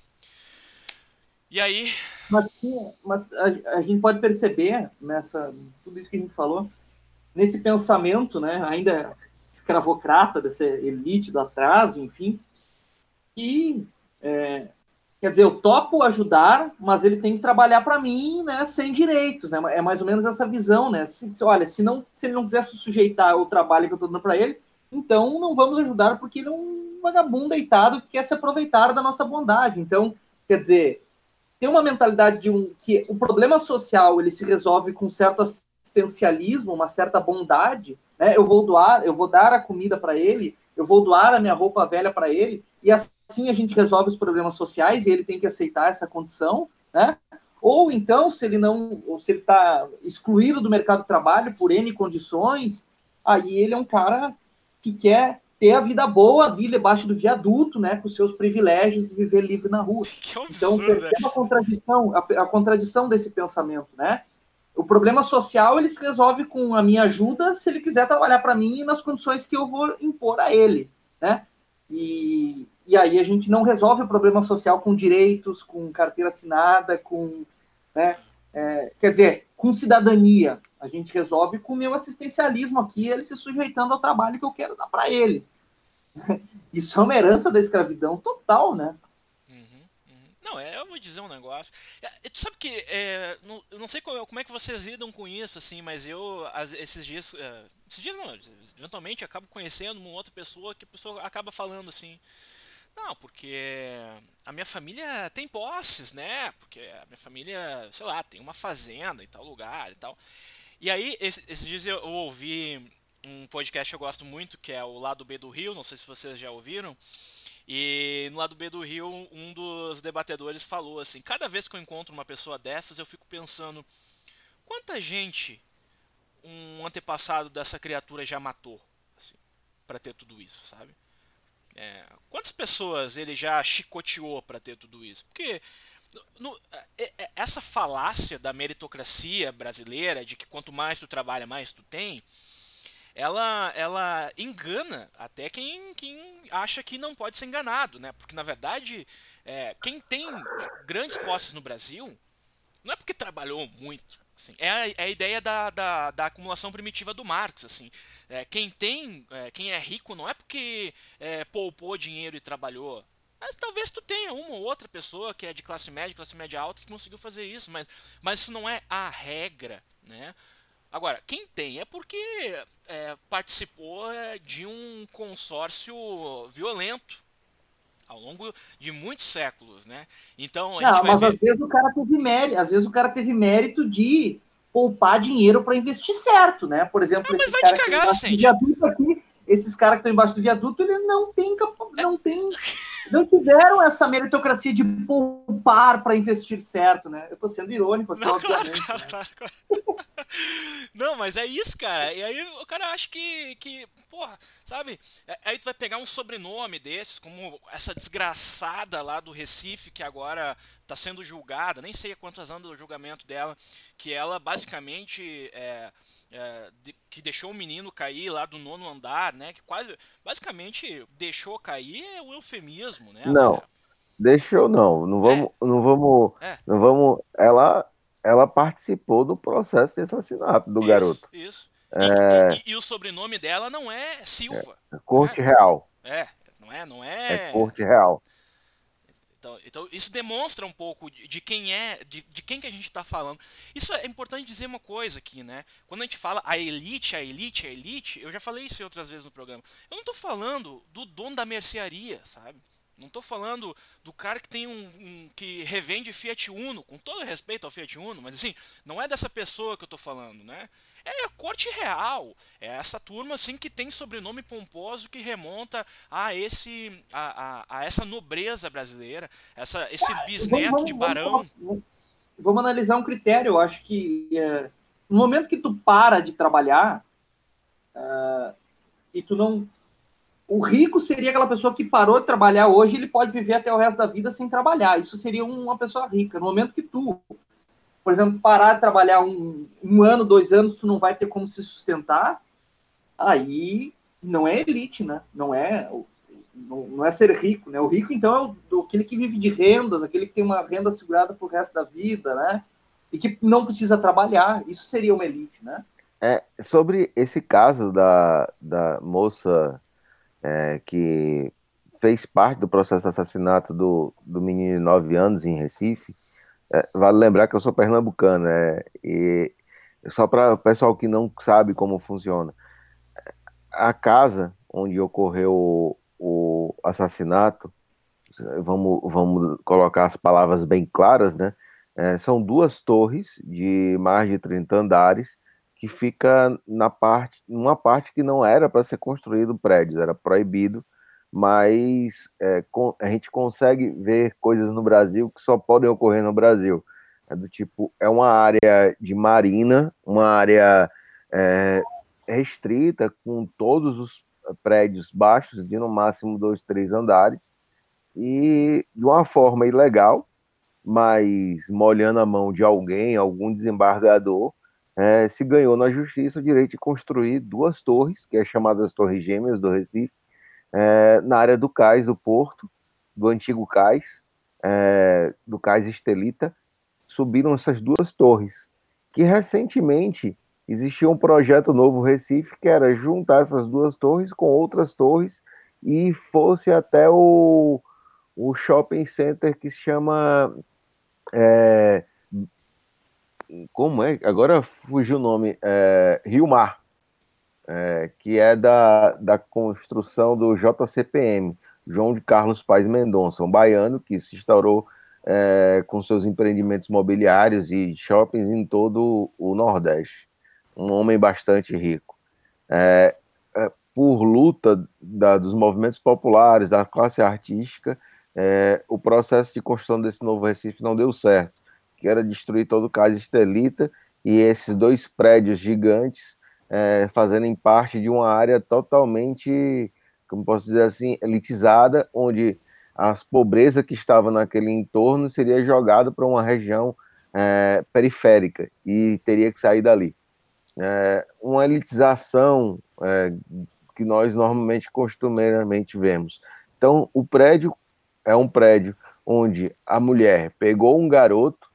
E aí... Mas a gente pode perceber, tudo isso que a gente falou, nesse pensamento, né, ainda escravocrata, dessa elite do atraso, enfim, que, quer dizer, eu topo ajudar, mas ele tem que trabalhar para mim, né, sem direitos, né, é mais ou menos essa visão, né, olha, se ele não quiser se sujeitar ao trabalho que eu estou dando para ele, então não vamos ajudar porque ele é um vagabundo deitado que quer se aproveitar da nossa bondade. Então, quer dizer, tem uma mentalidade que o problema social ele se resolve com um certo assistencialismo, uma certa bondade, né? Eu vou dar a comida para ele, eu vou doar a minha roupa velha para ele, e assim a gente resolve os problemas sociais e ele tem que aceitar essa condição, né? Ou então, se ele está excluído do mercado de trabalho por N condições, aí ele é um cara que quer ter a vida boa ali debaixo do viaduto, né, com seus privilégios de viver livre na rua. Que absurdo, então, tem uma contradição, a contradição desse pensamento, né? O problema social, ele se resolve com a minha ajuda se ele quiser trabalhar para mim e nas condições que eu vou impor a ele, né? E aí a gente não resolve o problema social com direitos, com carteira assinada, com... né, quer dizer, com cidadania. A gente resolve com o meu assistencialismo aqui, ele se sujeitando ao trabalho que eu quero dar para ele. Isso é uma herança da escravidão total, né? Não, eu vou dizer um negócio. Tu sabe que eu não sei como é que vocês lidam com isso, assim, mas esses dias não, eventualmente acabo conhecendo uma outra pessoa que a pessoa acaba falando assim, não, porque a minha família tem posses, né? Porque a minha família, sei lá, tem uma fazenda em tal lugar e tal. E aí, esses dias eu ouvi um podcast que eu gosto muito, que é o Lado B do Rio, não sei se vocês já ouviram. E no Lado B do Rio, um dos debatedores falou assim, cada vez que eu encontro uma pessoa dessas, eu fico pensando, quanta gente um antepassado dessa criatura já matou, assim, para ter tudo isso, sabe? Quantas pessoas ele já chicoteou para ter tudo isso? Porque essa falácia da meritocracia brasileira, de que quanto mais tu trabalha, mais tu tem, ela engana até quem acha que não pode ser enganado, né? Porque, na verdade, quem tem grandes posses no Brasil não é porque trabalhou muito. Assim, é a ideia da acumulação primitiva do Marx. Assim. Quem é rico não é porque poupou dinheiro e trabalhou. Mas talvez tu tenha uma ou outra pessoa que é de classe média alta, que conseguiu fazer isso, mas isso não é a regra, né? Agora, quem tem é porque participou de um consórcio violento ao longo de muitos séculos, né? Então a gente Não, vai mas às ver. vezes o cara teve mérito, às vezes o cara teve mérito de poupar dinheiro para investir certo, né? Por Ah, exemplo, mas esses vai te caras que estão cagar, embaixo do Vicente. viaduto aqui, esses caras que estão embaixo do viaduto, eles não tiveram essa meritocracia de poupar para investir certo, né? Eu estou sendo irônico aqui, Não, claro, obviamente. claro, Né? claro, claro. Não, mas é isso, cara. E aí o cara acha que porra, sabe? Aí tu vai pegar um sobrenome desses, como essa desgraçada lá do Recife, que agora tá sendo julgada, nem sei há quantos anos do julgamento dela, que ela basicamente que deixou o menino cair lá do 9º andar, né? Que quase, basicamente, deixou cair é um eufemismo, né? Não, deixa eu não. Não É, vamos, não vamos, é, não vamos. Ela participou do processo de assassinato do isso, garoto. isso. É, E o sobrenome dela não é é Silva, né? corte real. É, não É é. corte real. Então, isso demonstra um pouco de quem de quem que a gente está falando. Isso é importante dizer uma coisa aqui, né? Quando a gente fala a elite, eu já falei isso outras vezes no programa. Eu não estou falando do dono da mercearia, sabe? Não estou falando do cara que tem que revende Fiat Uno, com todo respeito ao Fiat Uno, mas assim, não é dessa pessoa que eu estou falando, né? É a corte real. É essa turma assim que tem sobrenome pomposo que remonta a essa nobreza brasileira, esse bisneto de barão. Vamos analisar um critério. Eu acho que no momento que tu para de trabalhar e tu não. O rico seria aquela pessoa que parou de trabalhar hoje, ele pode viver até o resto da vida sem trabalhar. Isso seria uma pessoa rica. No momento que tu, por exemplo, parar de trabalhar um ano, 2 anos, tu não vai ter como se sustentar, aí não é elite, né? Não é ser rico, né? O rico, então, é aquele que vive de rendas, aquele que tem uma renda assegurada pro resto da vida, né? E que não precisa trabalhar. Isso seria uma elite, né? Sobre esse caso da moça que fez parte do processo de assassinato do menino de 9 anos em Recife, vale lembrar que eu sou pernambucano, e só para o pessoal que não sabe como funciona, a casa onde ocorreu o assassinato, vamos colocar as palavras bem claras, né? São duas torres de mais de 30 andares que fica numa parte que não era para ser construído prédios, era proibido, mas a gente consegue ver coisas no Brasil que só podem ocorrer no Brasil. Do tipo, é uma área de marina, uma área é, restrita, com todos os prédios baixos, de no máximo 2, 3 andares, e de uma forma ilegal, mas molhando a mão de alguém, algum desembargador, se ganhou na justiça o direito de construir duas torres, que é chamadas Torres Gêmeas do Recife, na área do cais do Porto, do antigo cais, do cais Estelita. Subiram essas duas torres, que recentemente existia um projeto Novo Recife, que era juntar essas duas torres com outras torres e fosse até o shopping center que se chama. Como é? Agora fugiu o nome. Rio Mar, que é da construção do JCPM, João de Carlos Paes Mendonça, um baiano que se instaurou com seus empreendimentos mobiliários e shoppings em todo o Nordeste. Um homem bastante rico. Por luta dos movimentos populares, da classe artística, o processo de construção desse novo Recife não deu certo, que era destruir todo o Cais Estelita e esses dois prédios gigantes fazendo parte de uma área totalmente, como posso dizer assim, elitizada, onde as pobreza que estava naquele entorno seria jogada para uma região periférica e teria que sair dali. Uma elitização que nós normalmente, costumeiramente vemos. Então, o prédio é um prédio onde a mulher pegou um garoto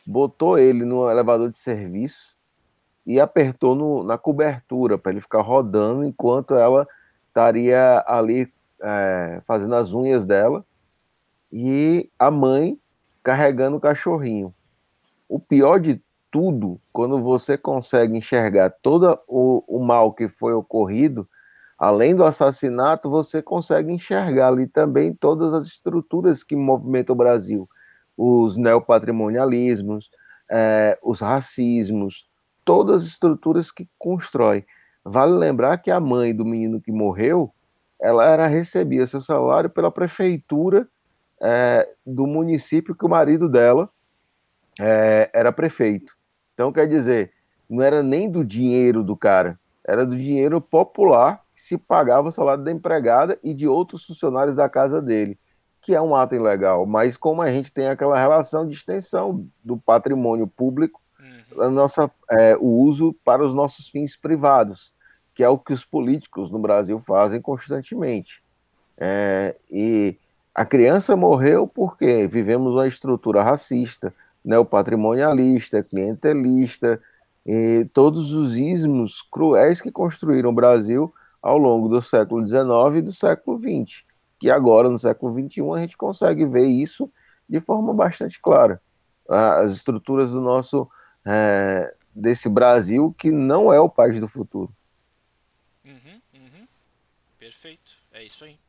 botou ele no elevador de serviço e apertou na cobertura para ele ficar rodando enquanto ela estaria ali fazendo as unhas dela e a mãe carregando o cachorrinho. O pior de tudo, quando você consegue enxergar todo o mal que foi ocorrido, além do assassinato, você consegue enxergar ali também todas as estruturas que movimentam o Brasil. Os neopatrimonialismos, os racismos, todas as estruturas que constrói. Vale lembrar que a mãe do menino que morreu, recebia seu salário pela prefeitura do município que o marido dela era prefeito. Então, quer dizer, não era nem do dinheiro do cara, era do dinheiro popular que se pagava o salário da empregada e de outros funcionários da casa dele, que é um ato ilegal. Mas como a gente tem aquela relação de extensão do patrimônio público, o uso para os nossos fins privados, que é o que os políticos no Brasil fazem constantemente. E a criança morreu porque vivemos uma estrutura racista, neopatrimonialista, clientelista, e todos os ismos cruéis que construíram o Brasil ao longo do século XIX e do século XX, que agora, no século XXI, a gente consegue ver isso de forma bastante clara. As estruturas do desse Brasil, que não é o país do futuro. Perfeito, é isso aí.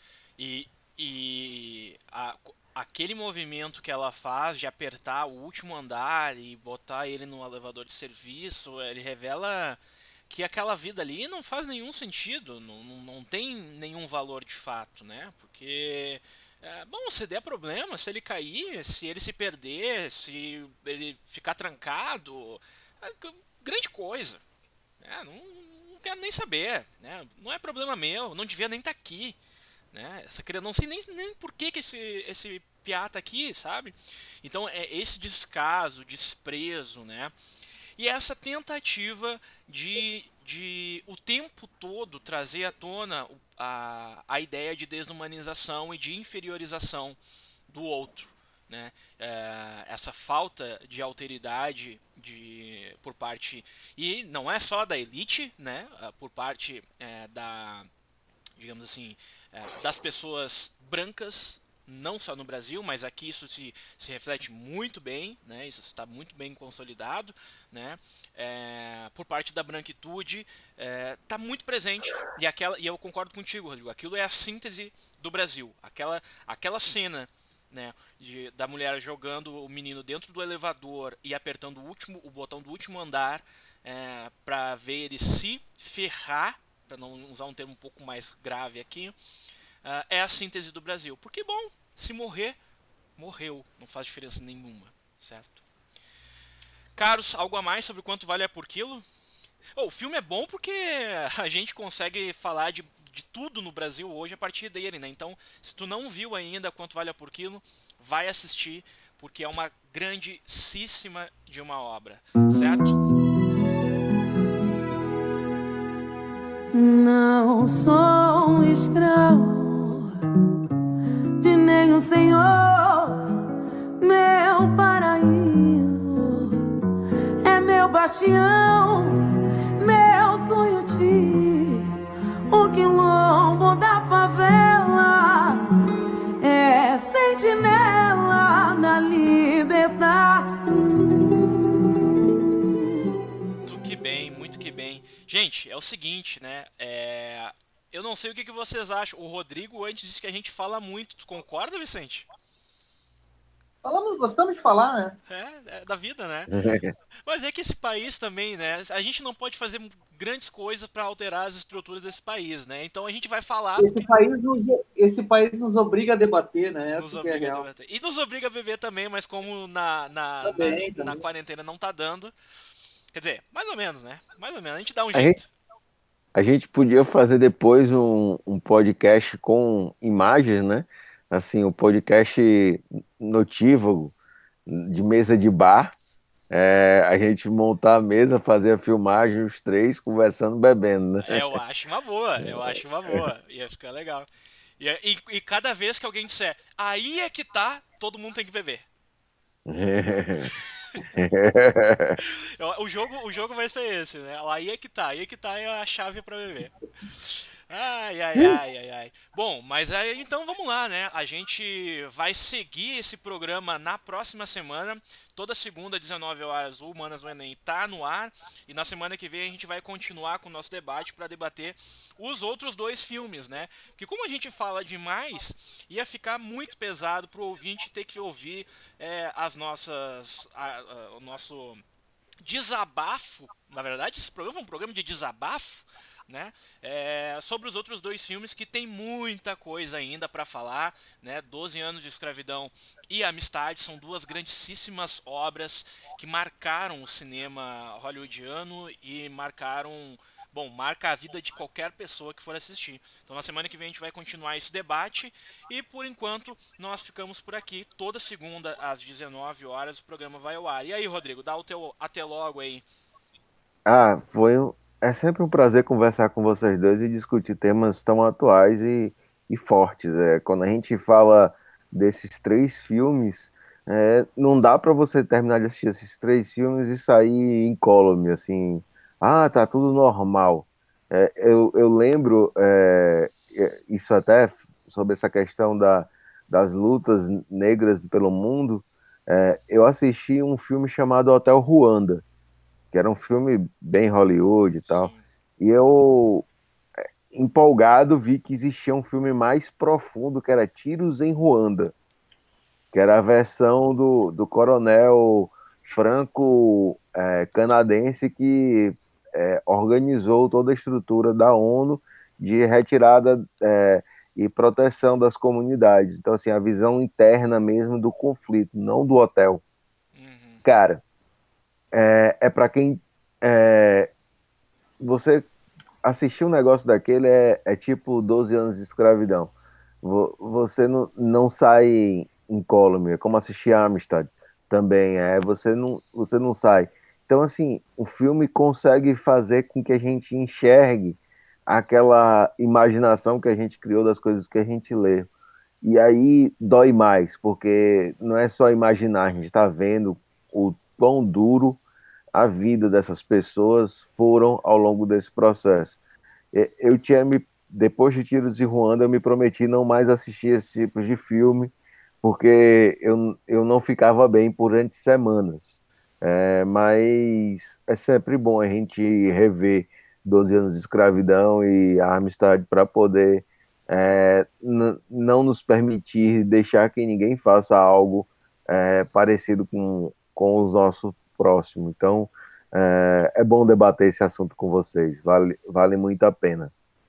Aquele movimento que ela faz de apertar o último andar e botar ele no elevador de serviço, ele revela que aquela vida ali não faz nenhum sentido, não tem nenhum valor de fato, né? Porque, se der problema, se ele cair, se ele se perder, se ele ficar trancado, grande coisa. Não quero nem saber, né? Não é problema meu, não devia nem estar aqui. Né? Essa criança, não sei nem por que esse piá tá aqui, sabe? Então é esse descaso, desprezo, né? E essa tentativa de o tempo todo trazer à tona a ideia de desumanização e de inferiorização do outro, né? Essa falta de alteridade por parte, e não é só da elite, né? Por parte digamos assim, das pessoas brancas, não só no Brasil, mas aqui isso se reflete muito bem, né? Isso está muito bem consolidado, né? Por parte da branquitude, está muito presente, e eu concordo contigo, Rodrigo, aquilo é a síntese do Brasil, aquela cena, né, da mulher jogando o menino dentro do elevador e apertando o botão do último andar para ver ele se ferrar, para não usar um termo um pouco mais grave aqui, é a síntese do Brasil. Porque, bom, se morrer, morreu. Não faz diferença nenhuma, certo? Caros, algo a mais sobre quanto vale por quilo? O filme é bom porque a gente consegue falar de tudo no Brasil hoje a partir dele, né? Então, se tu não viu ainda quanto vale por quilo, vai assistir, porque é uma grandíssima de uma obra, certo? Não sou escravo de nenhum senhor, meu paraíso é meu bastião, meu Tuiuti, o quilombo da favela é sentinela da libertação. Muito que bem. Gente, é o seguinte, né? Eu não sei o que vocês acham. O Rodrigo antes disse que a gente fala muito. Tu concorda, Vicente? Gostamos de falar, né? É da vida, né? Mas é que esse país também, né? A gente não pode fazer grandes coisas para alterar as estruturas desse país, né? Então a gente vai falar. Esse país nos obriga a debater, né? Nos obriga a debater. E nos obriga a beber também, mas como na quarentena não tá dando. Quer dizer, mais ou menos, né? Mais ou menos. A gente dá um jeito. A gente podia fazer depois um podcast com imagens, né? Assim, um podcast notívago de mesa de bar. A gente montar a mesa, fazer a filmagem, os três conversando, bebendo, né? Eu acho uma boa. Ia ficar legal. E cada vez que alguém disser, aí é que tá, todo mundo tem que beber. O jogo vai ser esse, né? Aí é que tá a chave pra beber. Ai, ai, ai, ai, ai. Bom, mas aí então vamos lá, né? A gente vai seguir esse programa na próxima semana. Toda segunda, 19 horas, o Humanas no Enem tá no ar. E na semana que vem a gente vai continuar com o nosso debate para debater os outros dois filmes, né? Porque como a gente fala demais, ia ficar muito pesado pro ouvinte ter que ouvir o nosso desabafo. Na verdade, esse programa é um programa de desabafo, né? Sobre os outros dois filmes que tem muita coisa ainda para falar, né? 12 anos de escravidão e Amistade são duas grandíssimas obras que marcaram o cinema hollywoodiano e marca a vida de qualquer pessoa que for assistir. Então na semana que vem a gente vai continuar esse debate e por enquanto nós ficamos por aqui. Toda segunda às 19 horas o programa vai ao ar. E aí, Rodrigo, dá o teu até logo aí. É sempre um prazer conversar com vocês dois e discutir temas tão atuais e fortes. Quando a gente fala desses três filmes, não dá para você terminar de assistir esses três filmes e sair incólume, assim, tá tudo normal. Eu lembro isso até sobre essa questão das lutas negras pelo mundo. Eu assisti um filme chamado Hotel Ruanda, que era um filme bem Hollywood e tal. Sim. E eu, empolgado, vi que existia um filme mais profundo, que era Tiros em Ruanda, que era a versão do coronel franco-canadense que organizou toda a estrutura da ONU de retirada e proteção das comunidades. Então, assim, a visão interna mesmo do conflito, não do hotel. Uhum. Cara, para quem você assistir um negócio daquele tipo 12 anos de escravidão. Você não sai incólume, é como assistir Amistad também, você não sai. Então, assim, o filme consegue fazer com que a gente enxergue aquela imaginação que a gente criou das coisas que a gente lê. E aí dói mais, porque não é só imaginar, a gente está vendo o quão duro a vida dessas pessoas foram ao longo desse processo. Depois de Tiros de Ruanda, eu me prometi não mais assistir esse tipo de filme, porque eu não ficava bem durante semanas. Mas é sempre bom a gente rever 12 anos de escravidão e a Amistade para poder não nos permitir deixar que ninguém faça algo parecido com os nossos próximos. Então, é bom debater esse assunto com vocês, vale muito a pena.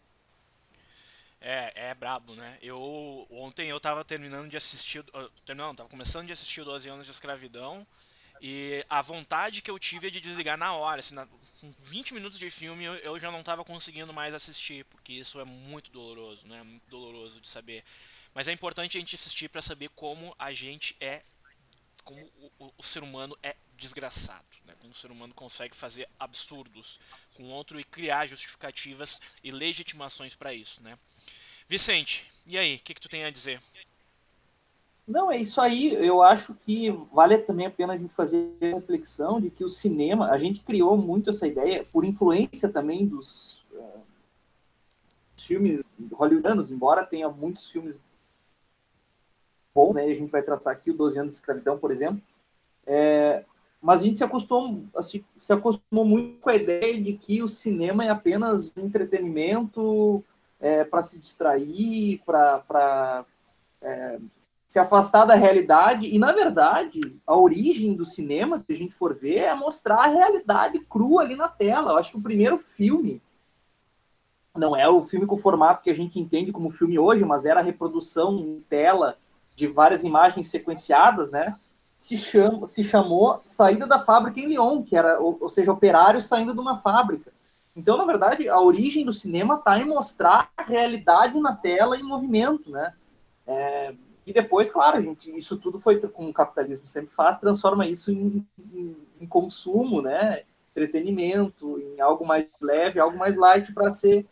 É brabo, né? Ontem eu tava terminando de assistir. Tava começando de assistir o 12 anos de escravidão. E a vontade que eu tive é de desligar na hora. Assim, com 20 minutos de filme eu já não tava conseguindo mais assistir. Porque isso é muito doloroso, né? Muito doloroso de saber. Mas é importante a gente assistir para saber como a gente como o ser humano é desgraçado, né? Como o ser humano consegue fazer absurdos com o outro e criar justificativas e legitimações para isso, né? Vicente, e aí, o que tu tem a dizer? Não, é isso aí. Eu acho que vale também a pena a gente fazer a reflexão de que o cinema, a gente criou muito essa ideia, por influência também dos filmes hollywoodianos, embora tenha muitos filmes bons, né? A gente vai tratar aqui o 12 anos de escravidão, por exemplo. Mas a gente se acostumou muito com a ideia de que o cinema é apenas um entretenimento para se distrair, para se afastar da realidade. E, na verdade, a origem do cinema, se a gente for ver, é mostrar a realidade crua ali na tela. Eu acho que o primeiro filme, não é o filme com o formato que a gente entende como filme hoje, mas era a reprodução em tela de várias imagens sequenciadas, né? Se chamou Saída da Fábrica em Lyon, que era, ou seja, operários saindo de uma fábrica. Então, na verdade, a origem do cinema está em mostrar a realidade na tela em movimento, né? E depois, claro, isso tudo foi, como o capitalismo sempre faz, transforma isso em consumo, né? Entretenimento, em algo mais leve, algo mais light para ser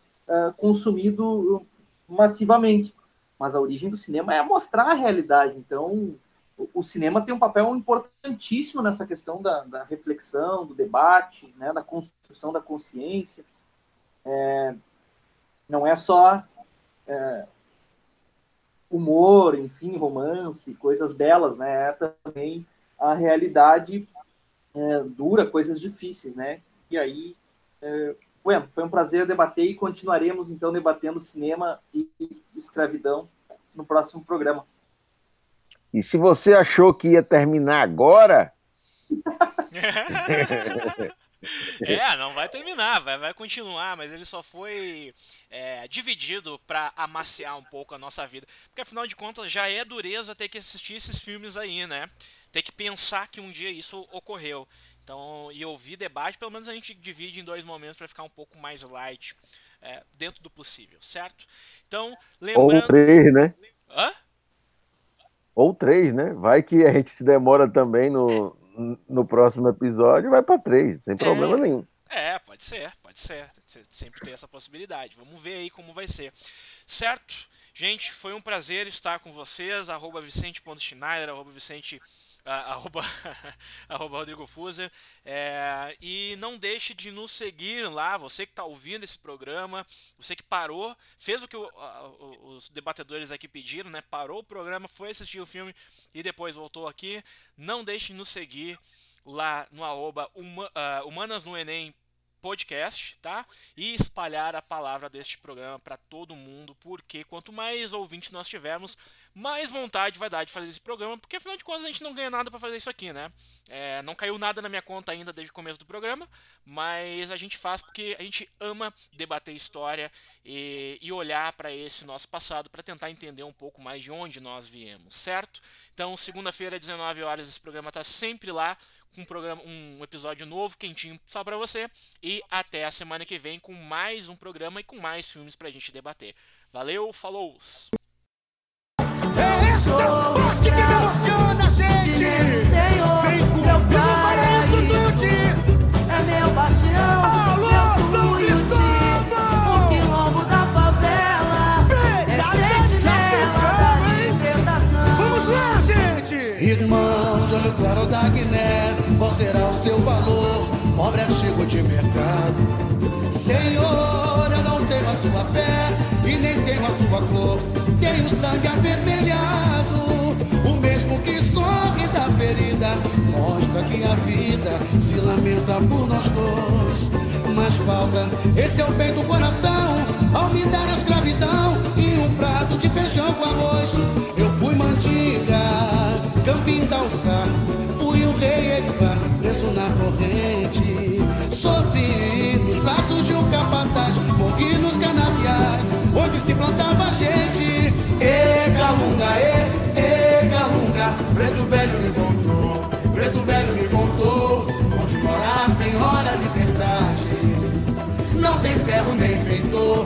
consumido massivamente. Mas a origem do cinema é mostrar a realidade. Então, o cinema tem um papel importantíssimo nessa questão da reflexão, do debate, né, da construção da consciência. Não é só humor, enfim, romance, coisas belas, né? É também a realidade dura, coisas difíceis, né? E aí, foi um prazer debater e continuaremos, então, debatendo cinema e escravidão no próximo programa. E se você achou que ia terminar agora... Não vai terminar, vai continuar, mas ele só foi dividido para amaciar um pouco a nossa vida. Porque afinal de contas já é dureza ter que assistir esses filmes aí, né? Ter que pensar que um dia isso ocorreu. Então, e ouvir debate, pelo menos a gente divide em 2 momentos para ficar um pouco mais light, dentro do possível, certo? Então, lembrando... Ou 3, né? Hã? Ou 3, né? Vai que a gente se demora também no próximo episódio, vai para 3, sem problema nenhum. Pode ser. Sempre tem essa possibilidade. Vamos ver aí como vai ser. Certo? Gente, foi um prazer estar com vocês. @Vicente.Schneider, @Rodrigo Fuser. E não deixe de nos seguir lá, você que está ouvindo esse programa, você que parou, fez o que os debatedores aqui pediram, né? Parou o programa, foi assistir o filme e depois voltou aqui. Não deixe de nos seguir lá no @Humanas no Enem podcast, tá? E espalhar a palavra deste programa para todo mundo, porque quanto mais ouvintes nós tivermos, mais vontade vai dar de fazer esse programa, porque afinal de contas a gente não ganha nada para fazer isso aqui, né? Não caiu nada na minha conta ainda desde o começo do programa, mas a gente faz porque a gente ama debater história e olhar para esse nosso passado para tentar entender um pouco mais de onde nós viemos, certo? Então, segunda-feira, 19 horas, esse programa tá sempre lá, com um episódio novo, quentinho só pra você. E até a semana que vem com mais um programa e com mais filmes pra gente debater. Valeu, falou! Essa parte que me emociona, gente! Vem comigo, paraíso do dia! É meu bastião, Alô, São Cristóvão! o quilombo da favela, sentinela da libertação. Vamos lá, gente! Irmão de olho claro da Guiné, qual será o seu valor? Pobre artigo de mercado. Senhor, eu não tenho a sua fé e nem tenho a sua cor. Tenho sangue avermelhado, o mesmo que escorre da ferida. Mostra que a vida se lamenta por nós dois. Mas falta esse é o bem do coração, ao me dar a escravidão e um prato de feijão com arroz. Eu fui mandiga, campim da alça, fui o rei Epa, preso na corrente. Sofri nos braços de um capataz, morri nos canaviais, onde se plantava gente. Calunga, preto velho me contou, onde mora a senhora liberdade. Não tem ferro nem feitor.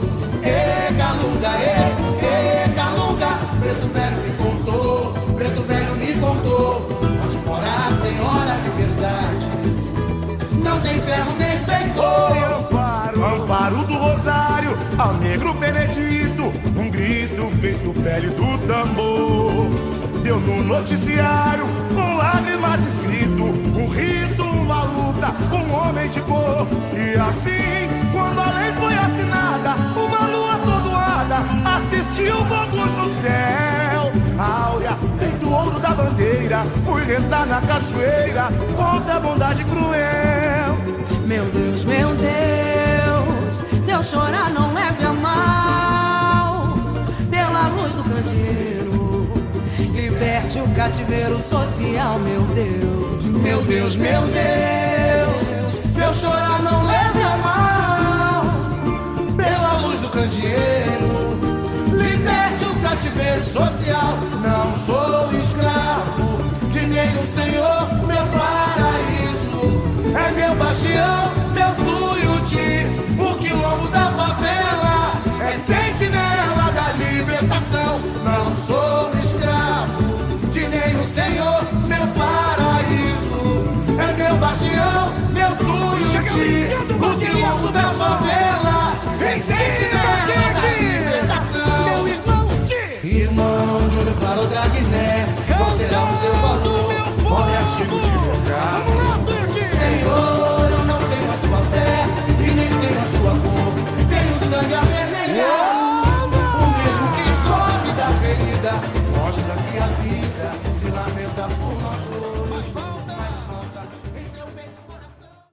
Calunga, preto velho me contou, onde mora a senhora liberdade. Não tem ferro nem feitor. Amparo do Rosário, ao negro Benedito, um grito feito pele do tambor. Deu no noticiário, com lágrimas escrito, um rito, uma luta, um homem de cor. E assim, quando a lei foi assinada, uma lua atordoada assistiu fogos no céu. Áurea, feito ouro da bandeira, fui rezar na cachoeira contra a bondade cruel. Meu Deus, se eu chorar não leve a mal. Pela luz do candeeiro, liberte o cativeiro social, meu Deus. Meu Deus, se eu chorar não leve a mal. Pela luz do candeeiro, liberte o cativeiro social. Não sou escravo de nenhum senhor, meu paraíso é meu bastião, meu Tuiuti, o quilombo da favela é sentinela da libertação. Não sou